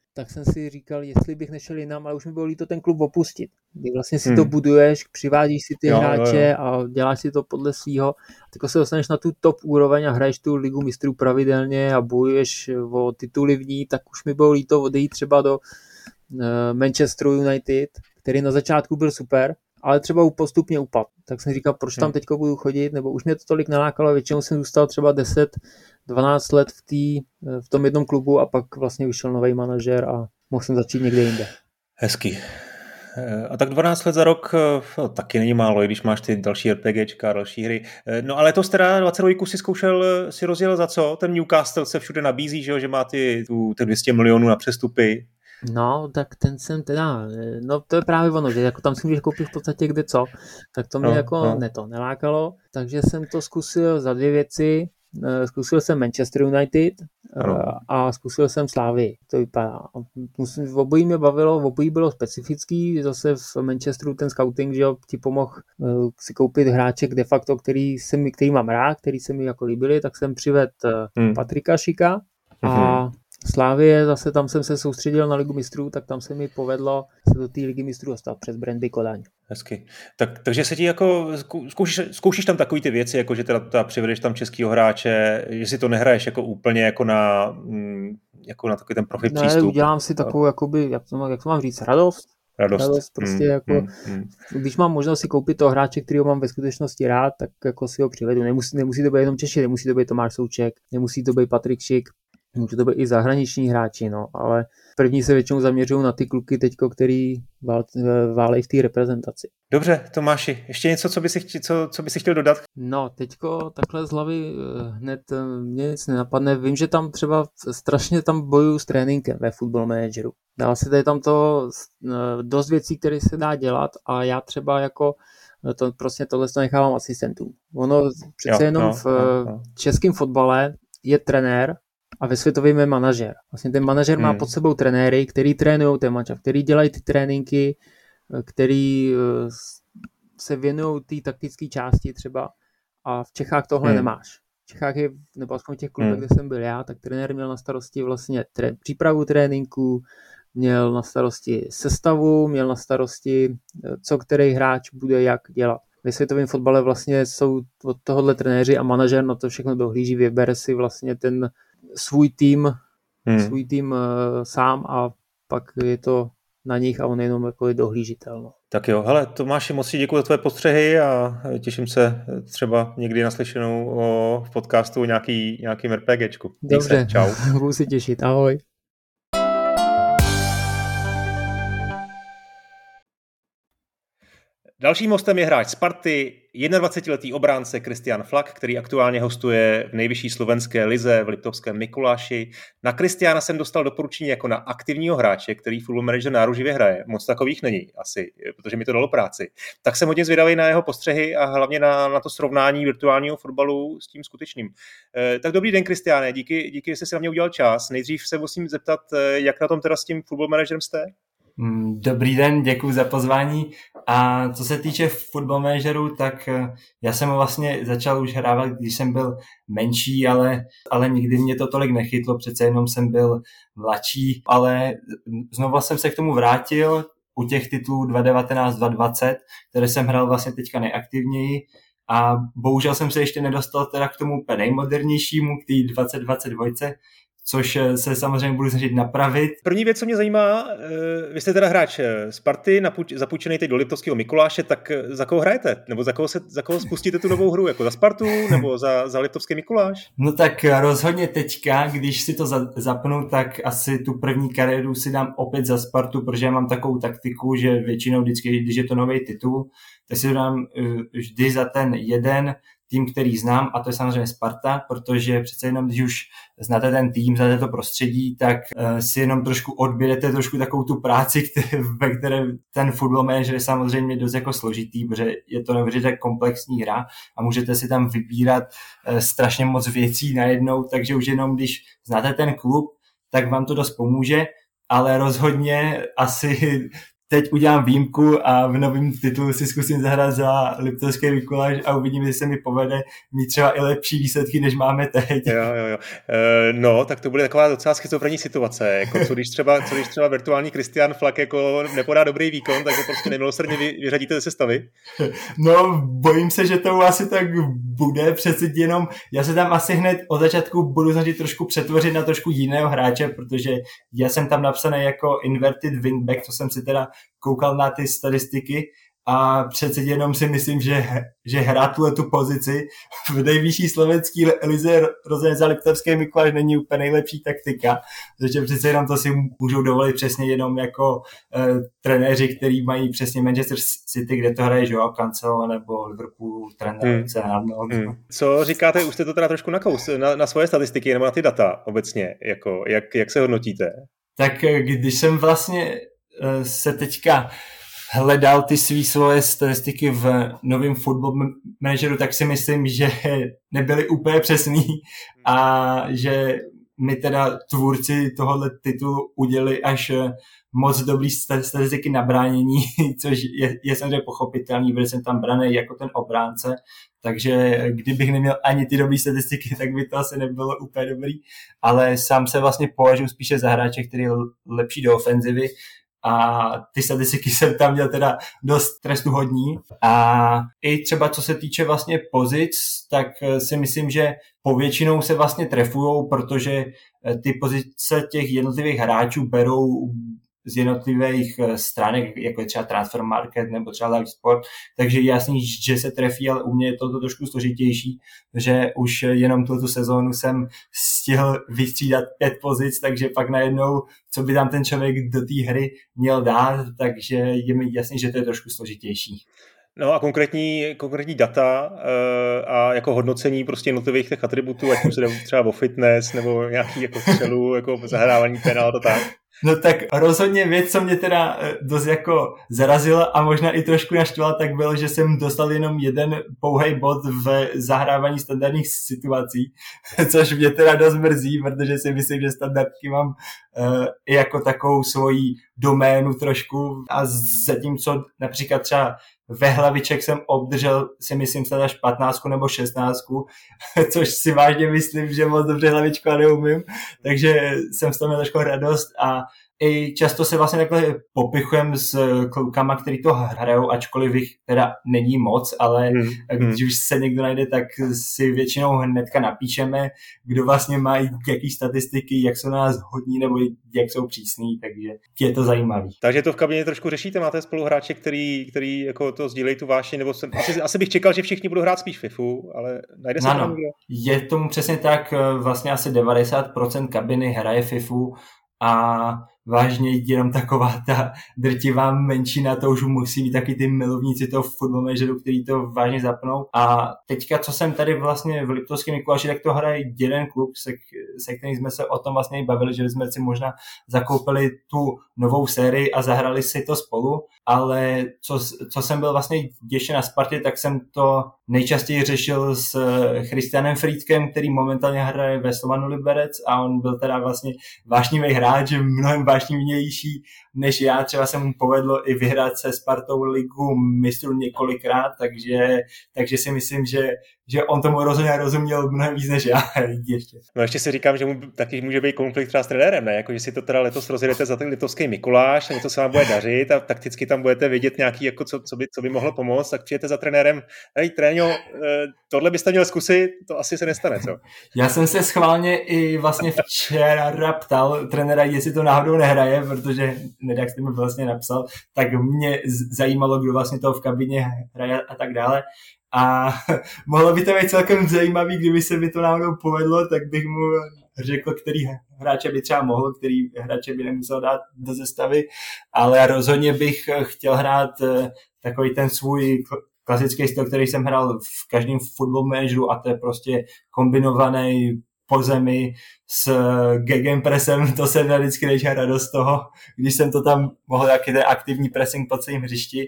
tak jsem si říkal, jestli bych nešel jinam, ale už mi bylo líto ten klub opustit. Kdy vlastně si
Hmm.
to buduješ, přivádíš si ty
Jo,
hráče
jo, jo.
a děláš si to podle svýho. Teď se dostaneš na tu top úroveň a hraješ tu ligu mistrů pravidelně a bojuješ o tituly v ní, tak už mi bylo líto odejít třeba do uh, Manchesteru United, který na začátku byl super, ale třeba postupně upad. Tak jsem říkal, proč tam
Hmm.
teďko budu chodit, nebo už mě to tolik nalákalo, většinou jsem zůstal třeba deset dvanáct let v, tý, v tom jednom klubu a pak vlastně vyšel nový manažer a mohl jsem začít někde jinde.
Hezky. A tak dvanáct let za rok no, taky není málo, i když máš ty další RPGčka a další hry. No ale to teda dvacet dva si zkoušel, si rozjel za co? Ten Newcastle se všude nabízí, že, jo? Že má ty, tu, ty dvě stě milionů na přestupy.
No, tak ten jsem teda, no to je právě ono, že jako tam si můžeš koupit v podstatě kde co, tak to mě
no,
jako
no.
ne to nelákalo, takže jsem to zkusil za dvě věci. Zkusil jsem Manchester United ano. a zkusil jsem Slavii. To vypadá. Musím, obojí mě bavilo, obojí bylo specifický. Zase v Manchesteru ten scouting, že jo, ti pomohl si koupit hráček de facto, který, se mi, který mám rád, který se mi jako líbili, tak jsem přivedl hmm. Patrika Šika a hmm. Slavie, zase tam jsem se soustředil na Ligu mistrů, tak tam se mi povedlo se do té Ligy mistrů dostat přes Brøndby Kodaň.
Hezky. Tak, takže se ti jako zkoušíš, zkoušíš tam takový ty věci, jako že teda, teda přivedeš tam českýho hráče, že si to nehraješ jako úplně jako na, jako na takový ten profi
ne,
přístup.
Udělám si takovou, jakoby, jak to, mám, jak to mám říct, radost.
Radost.
radost prostě mm, jako, mm, mm. Když mám možnost si koupit toho hráče, kterýho mám ve skutečnosti rád, tak jako si ho přivedu. Nemusí, nemusí to být jenom Češi, nemusí to být Tomáš Souček, nemusí to být Patrik Šik, může to být i zahraniční hráči, no, ale první se většinou zaměřují na ty kluky teďko, který vál, válejí v té reprezentaci.
Dobře, Tomáši, ještě něco, co by si, chtěl, co, co by si chtěl dodat?
No, teďko takhle z hlavy hned mě nic nenapadne. Vím, že tam třeba strašně tam bojuju s tréninkem ve Football Manageru. Dá se tady tam to dost věcí, které se dá dělat a já třeba jako to prostě tohle to nechávám asistentům. Ono přece jo, jenom no, v no, no. českém fotbale je trenér a ve světovém je manažer. Vlastně ten manažer hmm. má pod sebou trenéry, který trénují ten mančaft, který dělají ty tréninky, který se věnují té taktické části třeba a v Čechách tohle hmm. nemáš. V Čechách je, nebo aspoň v těch klubech, hmm. kde jsem byl já, tak trenér měl na starosti vlastně tré, přípravu tréninku, měl na starosti sestavu, měl na starosti, co který hráč bude jak dělat. Ve světovém fotbale vlastně jsou od tohohle trenéři a manažer na to všechno dohlíží, vybere si vlastně ten svůj tým, hmm. svůj tým uh, sám a pak je to na nich a on jenom jako dohlížitel. No.
Tak jo, hele, Tomáši, moc děkuji za tvoje postřehy a těším se třeba někdy naslyšenou o, v podcastu o nějaký, nějakým RPGčku.
Dobře,
se, čau.
Budu si těšit, ahoj.
Dalším hostem je hráč Sparty, jednadvacetiletý obránce Kristián Flak, který aktuálně hostuje v nejvyšší slovenské lize v Liptovském Mikuláši. Na Kristiána jsem dostal doporučení jako na aktivního hráče, který Football Manager náruživě hraje. Moc takových není asi, protože mi to dalo práci. Tak jsem hodně zvědavý na jeho postřehy a hlavně na, na to srovnání virtuálního fotbalu s tím skutečným. E, tak dobrý den, Kristiáne, díky, díky, že jste si na mě udělal čas. Nejdřív se musím zeptat, jak na tom teda s tím Football Managerem jste?
Dobrý den, děkuji za pozvání. A co se týče Football Manageru, tak já jsem vlastně začal už hrávat, když jsem byl menší, ale, ale nikdy mě to tolik nechytlo, přece jenom jsem byl mladší, ale znovu jsem se k tomu vrátil u těch titulů dva devatenáct dva dvacet, které jsem hrál vlastně teďka nejaktivněji a bohužel jsem se ještě nedostal teda k tomu nejmodernějšímu, k té dvacet dvacet dva, což se samozřejmě budu snažit napravit.
První věc, co mě zajímá, vy jste teda hráč Sparty, zapůjčený teď do Liptovského Mikuláše, tak za koho hrajete? Nebo za koho, se, za koho spustíte tu novou hru? Jako za Spartu nebo za, za Liptovský Mikuláš?
No tak rozhodně teďka, když si to za, zapnu, tak asi tu první kariéru si dám opět za Spartu, protože já mám takovou taktiku, že většinou vždycky, když je to nový titul, tak si to dám vždy za ten jeden tým, který znám, a to je samozřejmě Sparta, protože přece jenom, když už znáte ten tým, znáte to prostředí, tak uh, si jenom trošku odběrete trošku takovou tu práci, které, ve které ten Football Manager je samozřejmě dost jako složitý, protože je to neuvěřitelně komplexní hra a můžete si tam vybírat uh, strašně moc věcí najednou, takže už jenom když znáte ten klub, tak vám to dost pomůže, ale rozhodně asi teď udělám výjimku a v novém titulu si zkusím zahrát za Liptovský Mikuláš a uvidím, jestli se mi povede mít třeba i lepší výsledky, než máme teď.
Jo, jo, jo. E, no, tak to bude taková docela schizofrenní situace. Jako, co, když třeba, co když třeba virtuální Christian Flak jako nepodá dobrý výkon, tak ho prostě nemilosrdně vy, vyřadíte ze sestavy?
No, bojím se, že to asi tak bude, přece jenom já se tam asi hned od začátku budu snažit trošku přetvořit na trošku jiného hráče, protože já jsem tam napsaný jako inverted wingback, co jsem si teda koukal na ty statistiky a přece jenom si myslím, že, že hrát tuhle tu pozici v nejvyšší slovenský lize rozhodně za Liptovský Mikuláš není úplně nejlepší taktika, protože přece jenom to si můžou dovolit přesně jenom jako uh, trenéři, kteří mají přesně Manchester City, kde to hraje Joao Cancelo nebo Liverpool, trenér
hmm. hmm. Co říkáte, už jste to teda trošku nakous na, na svoje statistiky nebo na ty data obecně, jako, jak, jak se hodnotíte?
Tak když jsem vlastně uh, se teďka hledal ty svý svoje statistiky v novém Football Manageru, tak si myslím, že nebyly úplně přesný a že mi teda tvůrci tohohle titulu udělali až moc dobrý statistiky na bránění, což je, je samozřejmě pochopitelný, protože jsem tam braný jako ten obránce, takže kdybych neměl ani ty dobrý statistiky, tak by to asi nebylo úplně dobrý, ale sám se vlastně považuji spíše za hráče, který je lepší do ofenzivy, a ty statistiky jsem tam měl teda dost trestuhodní a i třeba co se týče vlastně pozic, tak si myslím, že povětšinou se vlastně trefujou, protože ty pozice těch jednotlivých hráčů berou z jednotlivých stránek, jako je třeba Transfer Market nebo třeba Live Sport, takže je jasný, že se trefí, ale u mě je to trošku složitější, že už jenom tuto sezónu jsem stihl vystřídat pět pozic, takže pak najednou, co by tam ten člověk do té hry měl dát, takže je mi jasný, že to je trošku složitější.
No a konkrétní, konkrétní data uh, a jako hodnocení prostě jednotlivých těch atributů, ať už se jde třeba o fitness nebo nějaký jako střelu, jako zahrávání penalt a tak.
No tak rozhodně věc, co mě teda dost jako zarazila a možná i trošku naštvala, tak bylo, že jsem dostal jenom jeden pouhej bod v zahrávání standardních situací, což mě teda dost mrzí, protože si myslím, že standardky mám uh, i jako takovou svoji doménu trošku a zatímco například třeba ve hlaviček jsem obdržel, si myslím, snad až patnáctku nebo šestnáctku, což si vážně myslím, že moc dobře hlavičku a neumím, takže jsem z toho měl trošku radost a i často se vlastně takhle popichujem s klukama, který to hrajou, ačkoliv jich teda není moc, ale hmm. když už se někdo najde, tak si většinou hnedka napíšeme, kdo vlastně má jaký statistiky, jak jsou na nás hodní nebo jak jsou přísný, takže je to zajímavý.
Takže to v kabině trošku řešíte, máte spoluhráče, který, který jako to sdílejí tu vášeň, nebo jsem, asi, asi bych čekal, že všichni budou hrát spíš FIFU, ale najde se
no,
tam
no.
někdo?
Je tomu přesně tak, vlastně asi devadesát procent kabiny hraje FIFU a vážně jenom taková ta drtivá menšina, to už musí být taky ty milovníci toho Football Manageru, který to vážně zapnou. A teďka, co jsem tady vlastně v Liptovském Mikuláši, tak to hraje jeden klub, se, se kterým jsme se o tom vlastně i bavili, že jsme si možná zakoupili tu novou sérii a zahrali si to spolu, ale co, co jsem byl vlastně ještě na Spartě, tak jsem to nejčastěji řešil s Christianem Frýdkem, který momentálně hraje ve Slovanu Liberec a on byl teda vlastně vášnivý hráč, mnohem vášnivější než já. Třeba se mu povedlo i vyhrát se Spartou ligu mistrů několikrát, takže, takže si myslím, že, že on tomu rozhodně rozuměl mnohem víc než já ještě.
No ještě si říkám, že mu taky může být konflikt třeba s trenérem, ne? Jako, že si to teda letos rozjedete za ten Liptovský Mikuláš a něco se vám bude dařit a takticky tam budete vidět nějaký, jako co, co, by, co by mohlo pomoct, tak přijete za trenérem, hej Tréňo, tohle byste měl zkusit, to asi se nestane, co?
Já jsem se schválně i vlastně včera ptal trenéra, jestli to náhodou nehraje, protože jak jste mi vlastně napsal, tak mě zajímalo, kdo vlastně to v kabině hraje a tak dále. A mohlo by to být celkem zajímavý, kdyby se mi to náhodou povedlo, tak bych mu řekl, který hráče by třeba mohl, který hráče by nemusel dát do sestavy, ale rozhodně bych chtěl hrát takový ten svůj klasický styl, který jsem hrál v každém Football Manageru, a to je prostě kombinovaný po zemi s gegenpressem, to jsem měl vždycky největší radost z toho, když jsem to tam mohl jaký ten aktivní pressing po celém hřišti.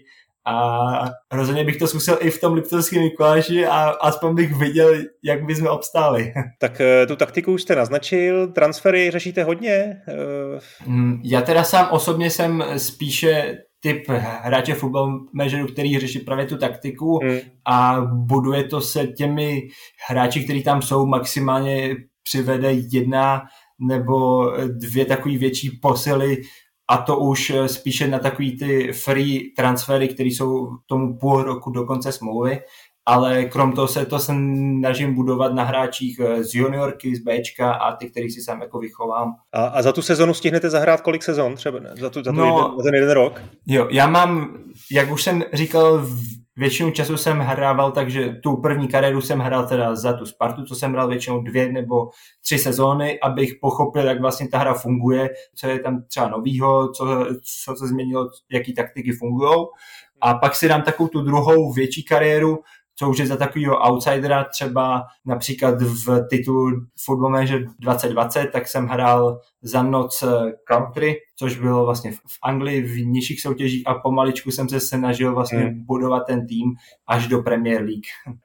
A rozhodně bych to zkusil i v tom Liptovském Mikuláši a aspoň bych viděl, jak bychom obstáli.
Tak tu taktiku už jste naznačil, transfery řešíte hodně?
Já teda sám osobně jsem spíše typ hráče Football Manageru, který řeší právě tu taktiku
hmm.
a buduje to se těmi hráči, kteří tam jsou, maximálně přivede jedna nebo dvě takové větší posily a to už spíše na takový ty free transfery, které jsou tomu půl roku do konce smlouvy, ale krom toho se to snažím budovat na hráčích z juniorky, z Bčka a ty, který si sám jako vychovám.
A, a za tu sezonu stihnete zahrát kolik sezon? Třeba za, tu, za, tu
no,
jeden, za ten jeden rok?
Jo, já mám, jak už jsem říkal, většinu času jsem hrával, takže tu první kariéru jsem hrál teda za tu Spartu, co jsem hrál většinou dvě nebo tři sezóny, abych pochopil, jak vlastně ta hra funguje, co je tam třeba novýho, co, co se změnilo, jaký taktiky fungujou. A pak si dám takovou tu druhou větší kariéru, co už je za takového outsidera, třeba například v titulu Football Manager dvacet dvacet, tak jsem hrál za noc country, což bylo vlastně v Anglii v nižších soutěžích a pomaličku jsem se snažil vlastně hmm. budovat ten tým až do Premier League.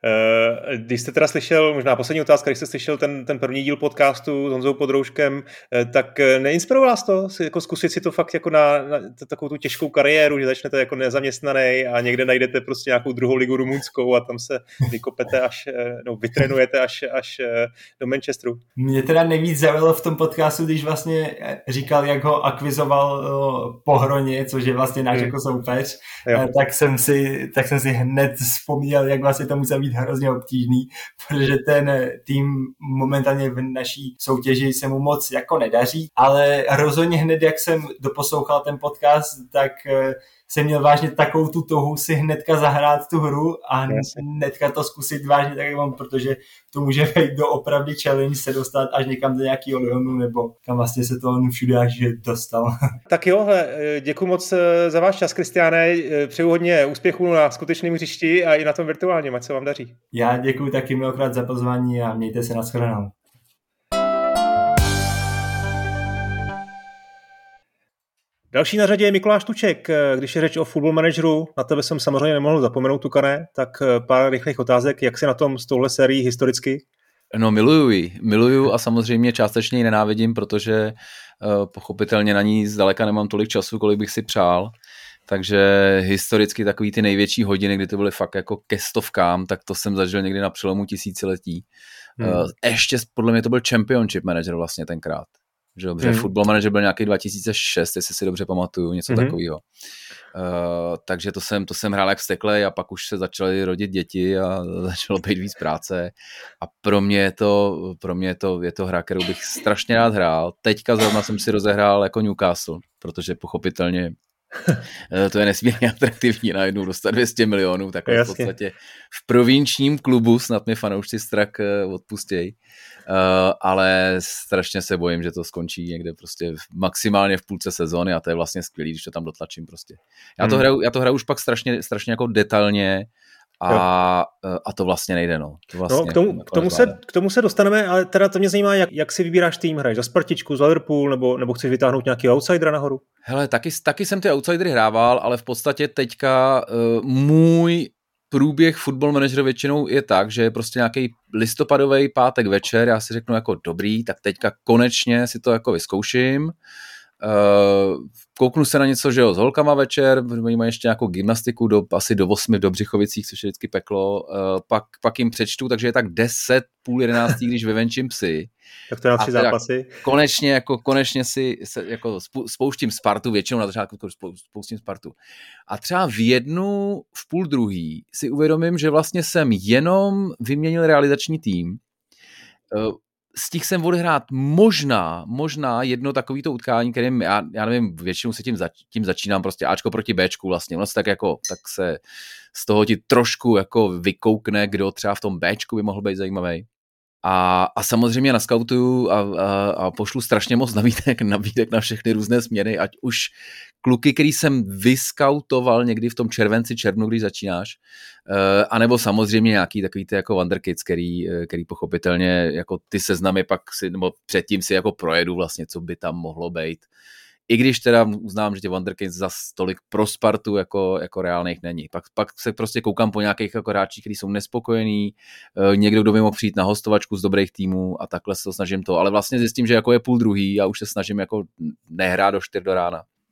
Když jste teda slyšel, možná poslední otázka, když jste slyšel ten, ten první díl podcastu s Honzou Podrouškem, tak neinspiroval vás to jako zkusit si to fakt jako na, na takovou tu těžkou kariéru, že začnete jako nezaměstnaný a někde najdete prostě nějakou druhou ligu rumunskou a tam se vykopete až, no vytrenujete až, až do Manchesteru?
Mě teda nejvíc zaujalo v tom podcastu, když vlastně říkal, jak ho akvizoval Pohroně, což je vlastně náš hmm. jako soupeř, jo. tak jsem si tak jsem si hned vzpomněl, jak vlastně to musel být hrozně obtížný, protože ten tým momentálně v naší soutěži se mu moc jako nedaří, ale rozhodně hned, jak jsem doposlouchal ten podcast, tak jsem měl vážně takovou tu touhu si hnedka zahrát tu hru a hnedka to zkusit vážně tak, jak mám, protože to může být do opravdu challenge se dostat až někam do nějakého Lyonu, nebo kam vlastně se to on všude až dostal.
Tak jo, děkuji moc za váš čas, Kristiáne, přeju hodně úspěchů na skutečném hřišti a i na tom virtuálním, ať se vám daří.
Já děkuji taky mnohokrát za pozvání a mějte se, nashledanou.
Další na řadě je Mikuláš Tuček. Když je řeč o Football Manageru, na tebe jsem samozřejmě nemohl zapomenout, Tukane, tak pár rychlých otázek. Jak jsi na tom s touhle sérií historicky?
No miluju ji, miluju a samozřejmě částečně ji nenávidím, protože uh, pochopitelně na ní zdaleka nemám tolik času, kolik bych si přál. Takže historicky takový ty největší hodiny, kdy to byly fakt jako ke stovkám, tak to jsem zažil někdy na přelomu tisíciletí. Hmm. Uh, ještě podle mě to byl Championship Manager vlastně tenkrát. Že dobře, hmm. Football Manager byl nějaký dva tisíce šest, jestli si dobře pamatuju, něco hmm. takového. Uh, takže to jsem, to jsem hrál jak vzteklej a pak už se začaly rodit děti a začalo být víc práce. A pro mě je to, pro mě je to, je to hra, kterou bych strašně rád hrál. Teďka zrovna jsem si rozehrál jako Newcastle, protože pochopitelně to je nesmírně atraktivní najednou dostat dvě stě milionů, tak v podstatě v provinčním klubu snad mi fanoušci strak odpustějí, uh, ale strašně se bojím, že to skončí někde prostě maximálně v půlce sezóny a to je vlastně skvělý, když to tam dotlačím prostě. Já to hmm. hraju, já to hraju už pak strašně, strašně jako detailně a, a to vlastně nejde, no. To vlastně
no k, tomu, k, tomu se, k tomu se dostaneme, ale teda to mě zajímá, jak, jak si vybíráš tým, hraješ za Spartičku, za Liverpool, nebo, nebo chceš vytáhnout nějaký outsidera nahoru?
Hele, taky, taky jsem ty outsidery hrával, ale v podstatě teďka uh, můj průběh Football Manageru většinou je tak, že je prostě nějaký listopadový pátek večer, já si řeknu jako dobrý, tak teďka konečně si to jako vyzkouším. Uh, kouknu se na něco, že jo, s holkama večer, oni mají ještě nějakou gymnastiku do, asi do osmi v Dobřichovicích, což je vždycky peklo, uh, pak, pak jim přečtu, takže je tak deset, půl jedenáctý, když vyvenčím psy.
Tak to je na tři zápasy.
Konečně, jako, konečně si se, jako spouštím Spartu, většinou na začátku spouštím Spartu. A třeba v jednu, v půl druhý si uvědomím, že vlastně jsem jenom vyměnil realizační tým. Uh, Stihl jsem odehrát možná, možná jedno takovýto utkání, kterým já, já nevím, většinou se tím, zač, tím začínám prostě Ačko proti Bčku vlastně, vlastně tak jako, tak se z toho ti trošku jako vykoukne, kdo třeba v tom Bčku by mohl být zajímavý. A, a samozřejmě naskautuju a, a, a pošlu strašně moc nabídek, nabídek na všechny různé směry, ať už kluky, který jsem vyskautoval někdy v tom červenci, červnu, když začínáš, uh, anebo samozřejmě nějaký takový ty jako wonderkids, který, který pochopitelně jako ty seznamy pak si, nebo předtím si jako projedu vlastně, co by tam mohlo být. I když teda uznám, že těch wonderkids za tolik pro Spartu jako, jako reálných není. Pak, pak se prostě koukám po nějakých jako hráčích, kteří jsou nespokojení, někdo, kdo by mohl přijít na hostovačku z dobrých týmů a takhle se to snažím to. Ale vlastně zjistím, že jako je půl druhý a už se snažím jako nehrát do čtyř do rána.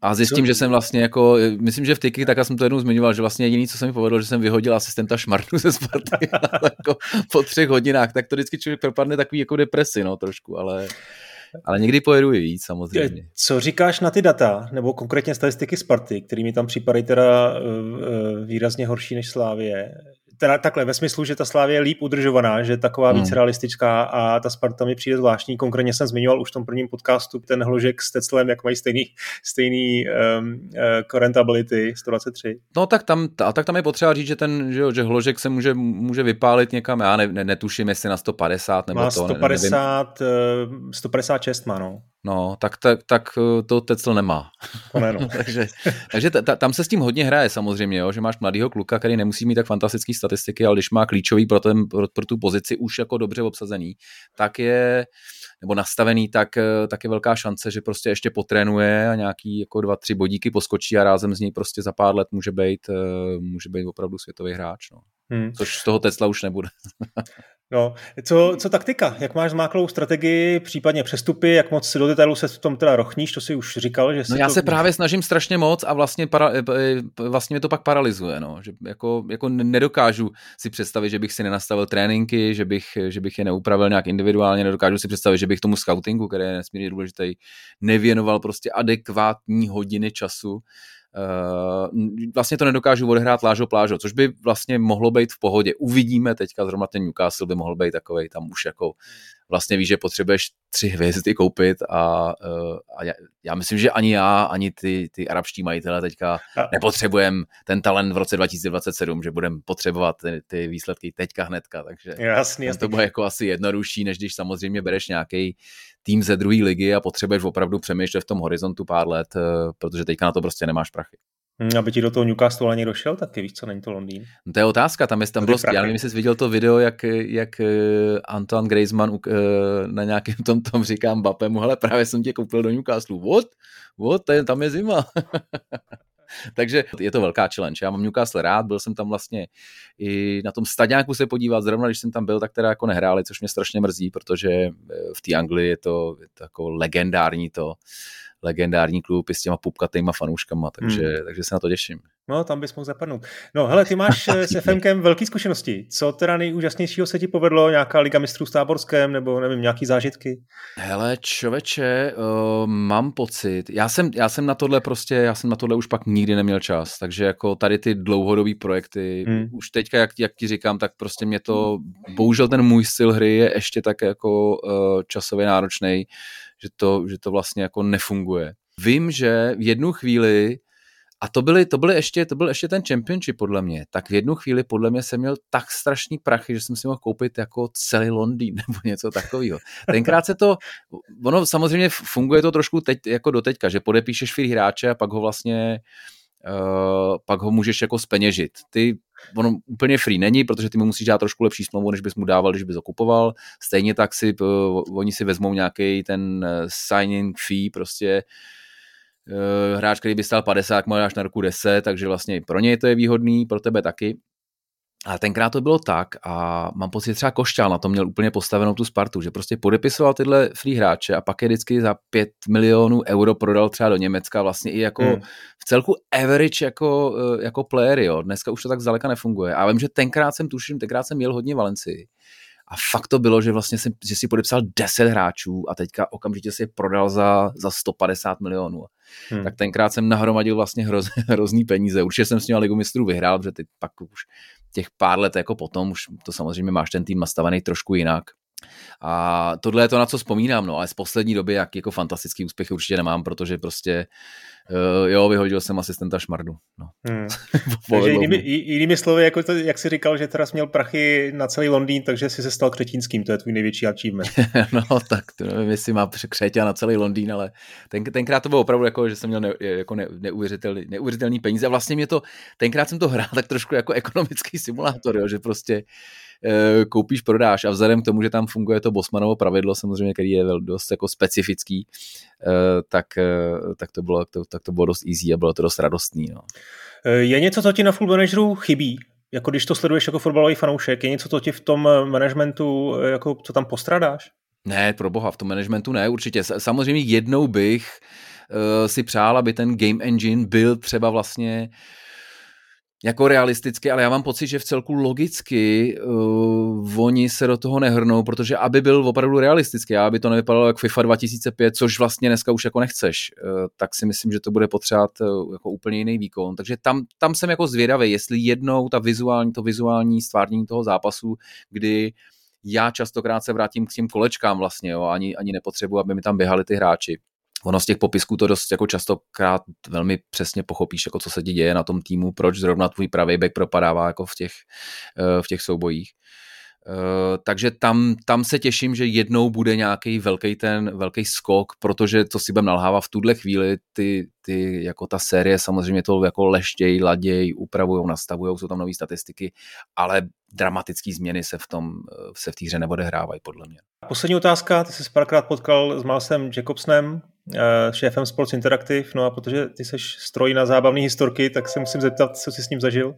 A zjistím, co? Že jsem vlastně jako, myslím, že v Tiki tak jsem to jednou zmiňoval, že vlastně jediný, co se mi povedlo, že jsem vyhodil asistenta Šmardu ze Sparty jako po třech hodinách, tak to vždycky člověk propadne takový jako depresi, no trošku, ale, ale někdy pojedu i víc samozřejmě.
Co říkáš na ty data, nebo konkrétně statistiky Sparty, který mi tam připadají teda výrazně horší než Slavie? Teda takhle, ve smyslu, že ta Slavie je líp udržovaná, že je taková hmm. víc realistická a ta Sparta mi přijde zvláštní. Konkrétně jsem zmiňoval už v tom prvním podcastu ten Hložek s Teclem, jak mají stejný, stejný um, uh, current ability sto dvacet tři.
No tak tam, a tak tam je potřeba říct, že ten, že, jo, že Hložek se může, může vypálit někam, já ne, ne, netuším, jestli na sto padesát nebo
má
to.
sto padesát, nevím. sto padesát šest má, no.
No, tak, tak, tak to Tecl nemá.
Ne, no.
takže takže t- t- tam se s tím hodně hraje samozřejmě, jo, že máš mladýho kluka, který nemusí mít tak fantastický statistiky, ale když má klíčový pro, ten, pro, pro tu pozici už jako dobře obsazený, tak je, nebo nastavený, tak, tak je velká šance, že prostě ještě potrénuje a nějaký jako dva, tři bodíky poskočí a rázem z něj prostě za pár let může být, může být opravdu světový hráč. No. Hmm. Což z toho Tecla už nebude.
No, co, co taktika? Jak máš zmáklou strategii, případně přestupy, jak moc si do detailu se v tom teda rochníš, to si už říkal, že si
No já
to...
se právě snažím strašně moc a vlastně, para, vlastně mě to pak paralyzuje, no. Že jako, jako nedokážu si představit, že bych si nenastavil tréninky, že bych, že bych je neupravil nějak individuálně, nedokážu si představit, že bych tomu scoutingu, který je nesmírně důležitý, nevěnoval prostě adekvátní hodiny času. Uh, vlastně to nedokážu odehrát Lážo Plážo, což by vlastně mohlo být v pohodě. Uvidíme teďka, zrovna ten Newcastle by mohl být takovej, tam už jako vlastně víš, že potřebuješ tři hvězdy koupit a, uh, a já, já myslím, že ani já, ani ty, ty arabští majitele teďka nepotřebujeme ten talent v roce dva tisíce dvacet sedm, že budeme potřebovat ty, ty výsledky teďka hnedka, takže
jasný, jasný.
To bude jako asi jednodušší, než když samozřejmě bereš nějaký tým ze druhé ligy a potřebuješ opravdu přemýšlet v tom horizontu pár let, protože teďka na to prostě nemáš prachy.
Hmm, aby ti do toho Newcastle ani došel, tak víš co, není to Londýn.
No to je otázka, tam je tam bylo, já nevím, jestli jsi viděl to video, jak, jak Antoine Griezmann na nějakém tom, tom říká Mbappému, hele, právě jsem tě koupil do Newcastle. What? What? Tam je zima. Takže je to velká challenge. Já mám Newcastle rád, byl jsem tam vlastně i na tom staďáku se podívat, zrovna když jsem tam byl, tak teda jako nehráli, což mě strašně mrzí, protože v té Anglii je to, je to jako legendární to, legendární klub i s těma pupkatejma fanouškama, takže, hmm. takže se na to těším.
No, tam bys mohl zapadnout. No, hele, ty máš s FMkem velký zkušenosti. Co teda nejúžasnějšího se ti povedlo? Nějaká Liga mistrů s Táborském nebo nevím, nějaký zážitky?
Hele, člověče, uh, mám pocit, já jsem, já jsem na tohle prostě, já jsem na tohle už pak nikdy neměl čas, takže jako tady ty dlouhodobý projekty, hmm. už teďka, jak, jak ti říkám, tak prostě mě to, bohužel ten můj styl hry je ještě tak jako uh, časově náročnej, že to, že to vlastně jako nefunguje. Vím, že v jednu chvíli, a to byly, to byly ještě, to byl ještě ten championship podle mě, tak v jednu chvíli podle mě jsem měl tak strašný prachy, že jsem si mohl koupit jako celý Londýn nebo něco takového. Tenkrát se to, ono samozřejmě funguje to trošku teď, jako doteďka, že podepíšeš free hráče a pak ho vlastně Uh, pak ho můžeš jako zpeněžit. Ty, ono úplně free není, protože ty mu musíš dát trošku lepší smlouvu, než bys mu dával, když bys ho kupoval. Stejně tak si, uh, oni si vezmou nějaký ten uh, signing fee, prostě uh, hráč, který by stál padesát, máš na roku deset, takže vlastně pro něj to je výhodný, pro tebe taky. Ale tenkrát to bylo tak a mám pocit, že třeba Košťál na to měl úplně postavenou tu Spartu, že prostě podepisoval tyhle free hráče a pak je vždycky za pět milionů euro prodal třeba do Německa vlastně i jako hmm. v celku average jako, jako player, jo. Dneska už to tak zdaleka nefunguje. A vím, že tenkrát jsem tuším, tenkrát jsem měl hodně Valencii. A fakt to bylo, že vlastně jsem, že si podepsal deset hráčů a teďka okamžitě si je prodal za, za sto padesát milionů. Hmm. Tak tenkrát jsem nahromadil vlastně hroz, hrozný peníze. Určitě jsem s ním Ligu mistrů vyhrál, protože teď pak už těch pár let jako potom už to samozřejmě máš ten tým nastavený trošku jinak. A tohle je to, na co vzpomínám, no, ale z poslední doby jak jako fantastický úspěch určitě nemám, protože prostě uh, jo, vyhodil jsem asistenta Šmardu. No. Hmm.
Takže jinými, jinými slovy, jako to, jak jsi říkal, že teda jsi měl prachy na celý Londýn, takže jsi se stal Křetínským, to je tvůj největší achievement.
No tak to nevím, jestli má Křetě na celý Londýn, ale ten, tenkrát to bylo opravdu jako, že jsem měl ne, jako ne, neuvěřitelný, neuvěřitelný peníze a vlastně mě to, tenkrát jsem to hrál tak trošku jako ekonomický simulátor, jo, že prostě koupíš, prodáš a vzhledem k tomu, že tam funguje to Bosmanovo pravidlo, samozřejmě, který je dost jako specifický, tak, tak, to bylo, to, tak to bylo dost easy a bylo to dost radostný. No.
Je něco, co ti na Football Manageru chybí? Jako když to sleduješ jako fotbalový fanoušek, je něco, co ti v tom managementu, jako co tam postradáš?
Ne, pro boha, v tom managementu ne, určitě. Samozřejmě jednou bych uh, si přál, aby ten game engine byl třeba vlastně jako realisticky, ale já mám pocit, že v celku logicky uh, oni se do toho nehrnou, protože aby byl opravdu realistický, aby to nevypadalo jak FIFA dva tisíce pět, což vlastně dneska už jako nechceš, uh, tak si myslím, že to bude potřebovat uh, jako úplně jiný výkon. Takže tam, tam jsem jako zvědavý, jestli jednou ta vizuální, to vizuální stvárnění toho zápasu, kdy já častokrát se vrátím k těm kolečkám vlastně, jo, ani, ani nepotřebuji, aby mi tam běhali ty hráči. Ono z těch popisků to dost jako častokrát velmi přesně pochopíš, jako co se ti děje na tom týmu, proč zrovna tvůj pravý back propadává jako v těch, v těch soubojích. Takže tam, tam se těším, že jednou bude nějaký velký ten velký skok, protože to si budem nalhávat v tuhle chvíli, ty, ty jako ta série samozřejmě to jako leštěj, laděj, upravujou, nastavujou, jsou tam nové statistiky, ale dramatické změny se v tom se v té hře neodehrávají podle mě.
Poslední otázka, ty jsi párkrát potkal s Milesem Jacobsonem, šéfem Sports Interactive, no a protože ty seš stroj na zábavné historky, tak se musím zeptat, co jsi s ním zažil?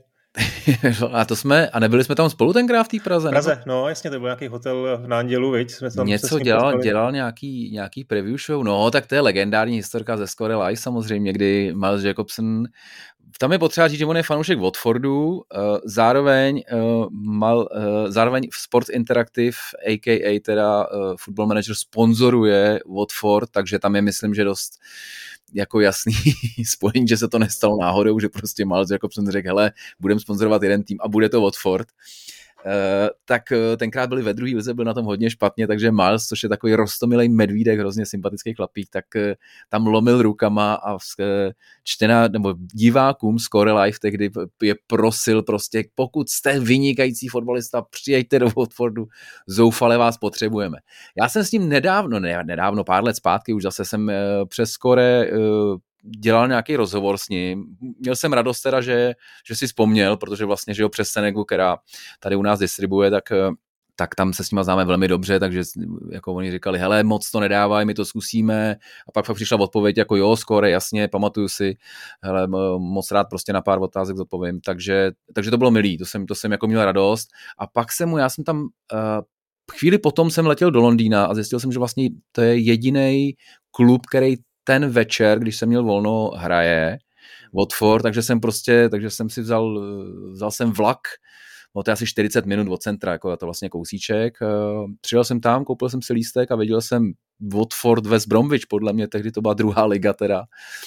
A to jsme, a nebyli jsme tam spolu tenkrát v té Praze?
V Praze, nebo? No jasně, to byl nějaký hotel v Nándělu, viď? Jsme tam
něco dělal, dělal nějaký, nějaký preview show, no tak to je legendární historka ze Score Live samozřejmě, kdy Miles Jacobson, tam je potřeba říct, že on je fanoušek Watfordu, zároveň, mal, zároveň v Sports Interactive, a k a teda Football Manager sponzoruje Watford, takže tam je myslím, že dost jako jasný spojení, že se to nestalo náhodou, že prostě Miles Jacobson řekl, hele, budeme sponzorovat jeden tým a bude to Watford. Uh, tak uh, tenkrát byli ve druhý lize, byl na tom hodně špatně, takže Miles, což je takový roztomilej medvídek, hrozně sympatický chlapík, tak uh, tam lomil rukama a uh, čtená, nebo divákům Score Live tehdy je prosil prostě, pokud jste vynikající fotbalista, přijďte do Watfordu, zoufale vás potřebujeme. Já jsem s ním nedávno, ne, nedávno, pár let zpátky, už zase jsem uh, přes Score uh, dělal nějaký rozhovor s ním. Měl jsem radost teda, že, že si vzpomněl, protože vlastně, že jo, přes Senegu, která tady u nás distribuje, tak, tak tam se s nima známe velmi dobře, takže jako oni říkali, hele, moc to nedávaj, my to zkusíme. A pak fakt přišla odpověď jako jo, Score, jasně, pamatuju si, hele, moc rád prostě na pár otázek zodpovím. Takže, takže to bylo milý, to jsem, to jsem jako měl radost. A pak jsem mu, já jsem tam uh, chvíli potom jsem letěl do Londýna a zjistil jsem, že vlastně to je jediný klub, který ten večer, když jsem měl volno, hraje Watford, takže jsem prostě, takže jsem si vzal, vzal jsem vlak, no to je asi čtyřicet minut od centra, jako je to vlastně kousíček. Přijel jsem tam, koupil jsem si lístek a viděl jsem Watford West Bromwich, podle mě tehdy to byla druhá liga teda.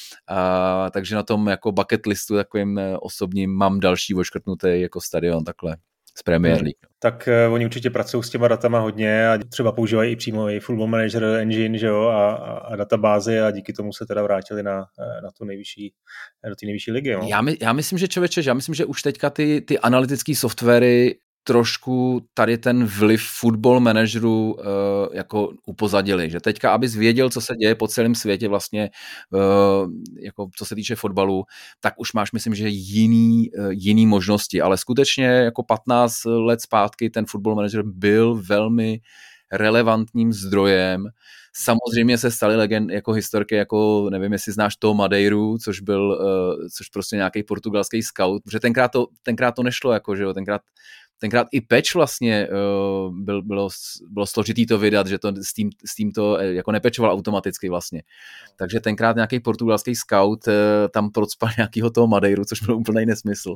A, takže na tom jako bucket listu takovým osobním mám další oškrtnutý jako stadion takhle z Premier League.
Tak uh, oni určitě pracují s těma datama hodně a třeba používají i přímo i Football Manager Engine, že jo, a, a, a databázy a díky tomu se teda vrátili na, na tu nejvyšší, do té nejvyšší ligy. Jo.
Já, my, já myslím, že člověče, já myslím, že už teďka ty, ty analytické softwary trošku tady ten vliv Football Manageru uh, jako upozadili, že teďka, abys věděl, co se děje po celém světě vlastně, uh, jako co se týče fotbalu, tak už máš, myslím, že jiný, uh, jiný možnosti, ale skutečně jako patnáct let zpátky ten Football Manager byl velmi relevantním zdrojem. Samozřejmě se staly legend jako historky, jako nevím, jestli znáš toho Madeiru, což byl, uh, což prostě nějaký portugalský scout, protože tenkrát to, tenkrát to nešlo, jako, že jo, tenkrát Tenkrát i patch vlastně uh, byl, bylo, bylo složitý to vydat, že to s tím, s tím to jako nepečoval automaticky vlastně. Takže tenkrát nějaký portugalský scout uh, tam procpal nějakýho toho Madeiru, což byl úplný nesmysl.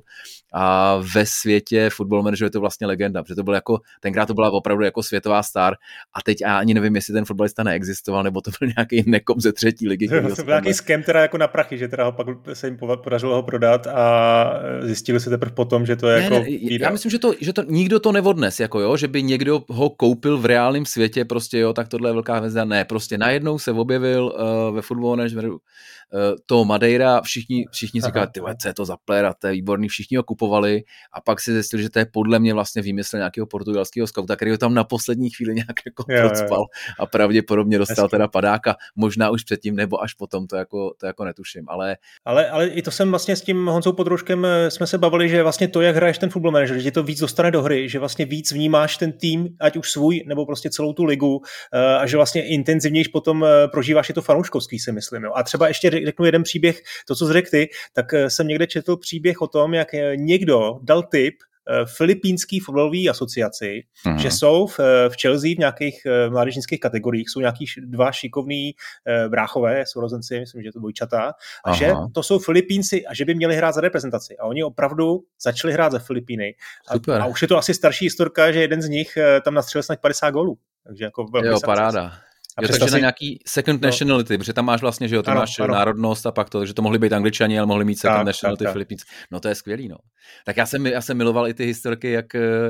A ve světě Football Manager je to vlastně legenda, protože to byl jako, tenkrát to byla opravdu jako světová star a teď já ani nevím, jestli ten fotbalista neexistoval, nebo to byl nějaký nekop ze třetí ligy.
To byl nějaký scam teda jako na prachy, že teda ho pak se jim podařilo ho prodat a zjistili se teprve potom, že to je
ne,
jako...
Ne, já myslím, že to, že to nikdo to neodnes, jako jo, že by někdo ho koupil v reálném světě, prostě jo, tak tohle je velká hvězda, ne, prostě najednou se objevil uh, ve Football Manageru uh, toho Madeira, všichni, všichni si říkali, tyhle, co je to za player, to je výborný, všichni ho kupovali a pak si zjistili, že to je podle mě vlastně výmysl nějakého portugalského skauta, který ho tam na poslední chvíli nějak jako jo, procpal jo. a pravděpodobně dostal Hezky. teda padáka, možná už předtím nebo až potom, to jako, to jako netuším, ale...
ale... Ale i to jsem vlastně s tím Honzou Podrouškem jsme se bavili, že vlastně to, jak hraješ ten Football Manager, že to víc dostane do hry, že vlastně víc vnímáš ten tým, ať už svůj, nebo prostě celou tu ligu a že vlastně intenzivnějš potom prožíváš i to fanouškovský, si myslím. Jo. A třeba ještě řeknu jeden příběh, to, co jsi řekl ty, tak jsem někde četl příběh o tom, jak někdo dal tip filipínský fotbalový asociaci, uh-huh. že jsou v, v Chelsea v nějakých mládežnických kategoriích, jsou nějaký dva šikovní bráchové, sourozenci, myslím, že to dvojčata, a Aha. že to jsou Filipínci a že by měli hrát za reprezentaci. A oni opravdu začali hrát za Filipíny. A, a už je to asi starší historka, že jeden z nich tam nastřelil snad padesát gólů. Takže jako velmi
jo, paráda. Jo, takže si... na nějaký second nationality, no. Protože tam máš vlastně, že jo, ty ano, máš ano. národnost a pak to, že to mohli být Angličani, ale mohli mít second tak, nationality Filipínci. No to je skvělý, no. Tak já jsem, já jsem miloval i ty historky, jak,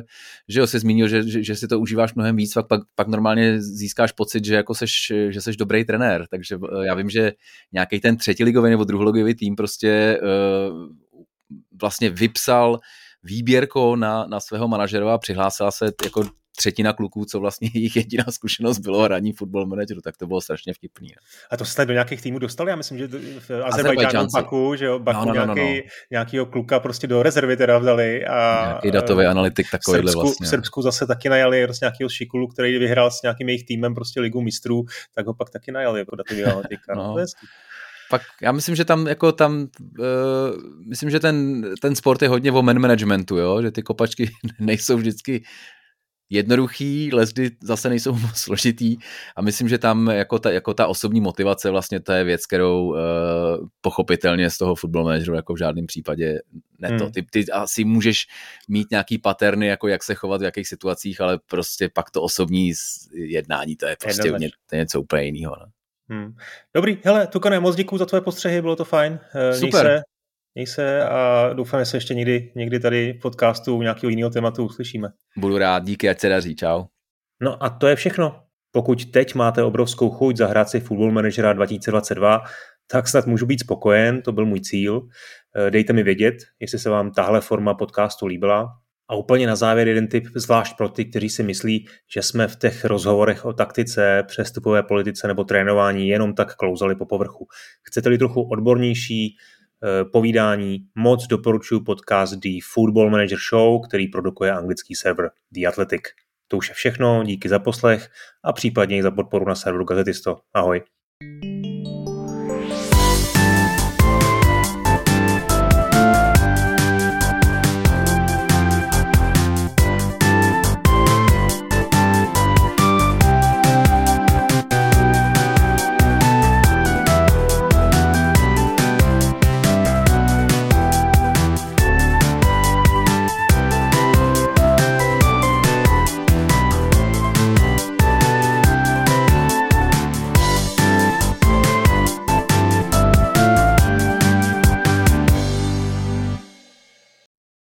že jo, jsi zmínil, že, že, že si to užíváš mnohem víc, pak, pak normálně získáš pocit, že jako seš, že seš dobrý trenér, takže já vím, že nějaký ten třetiligový nebo druholigový tým prostě uh, vlastně vypsal výběrko na, na svého manažera a přihlásila se jako třetina kluků, co vlastně jejich jediná zkušenost bylo hraní Football Manageru, tak to bylo strašně vtipný. Ne?
A to se do nějakých týmů dostali, já myslím, že v Azerbajdžánu Baku, že jo, Baku no, no, no, no. Nějaký, nějakýho kluka prostě do rezervy teda vdali. A
nějaký datový analytik takovýhle
Srbsku,
vlastně.
V Srbsku zase taky najali prostě nějakýho šikulu, který vyhrál s nějakým jejich týmem prostě ligu mistrů, tak ho pak taky najali jako datový analytika. No. No,
pak já myslím, že tam jako tam uh, myslím, že ten, ten sport je hodně o man managementu, jo, že ty kopačky nejsou vždycky jednoduchý, lesdy zase nejsou složitý a myslím, že tam jako ta, jako ta osobní motivace vlastně to je věc, kterou uh, pochopitelně z toho Football Manageru jako v žádném případě ne to. Hmm. Ty, ty asi můžeš mít nějaký paterny, jako jak se chovat v jakých situacích, ale prostě pak to osobní jednání, to je prostě mě, to je něco úplně jiného. Ne?
Hmm. Dobrý, hele, Tukane, moc děkuju za tvoje postřehy, bylo to fajn.
Super.
Měj se, měj se a doufám, že se ještě někdy, někdy tady v podcastu nějakého jiného tématu uslyšíme.
Budu rád, díky, ať se daří, čau.
No a to je všechno. Pokud teď máte obrovskou chuť zahrát si Football Managera dva tisíce dvacet dva, tak snad můžu být spokojen, to byl můj cíl. Dejte mi vědět, jestli se vám tahle forma podcastu líbila. A úplně na závěr jeden tip, zvlášť pro ty, kteří si myslí, že jsme v těch rozhovorech o taktice, přestupové politice nebo trénování jenom tak klouzali po povrchu. Chcete-li trochu odbornější eh, povídání, moc doporučuji podcast The Football Manager Show, který produkuje anglický server The Athletic. To už je všechno, díky za poslech a případně i za podporu na serveru Gazetisto. Ahoj.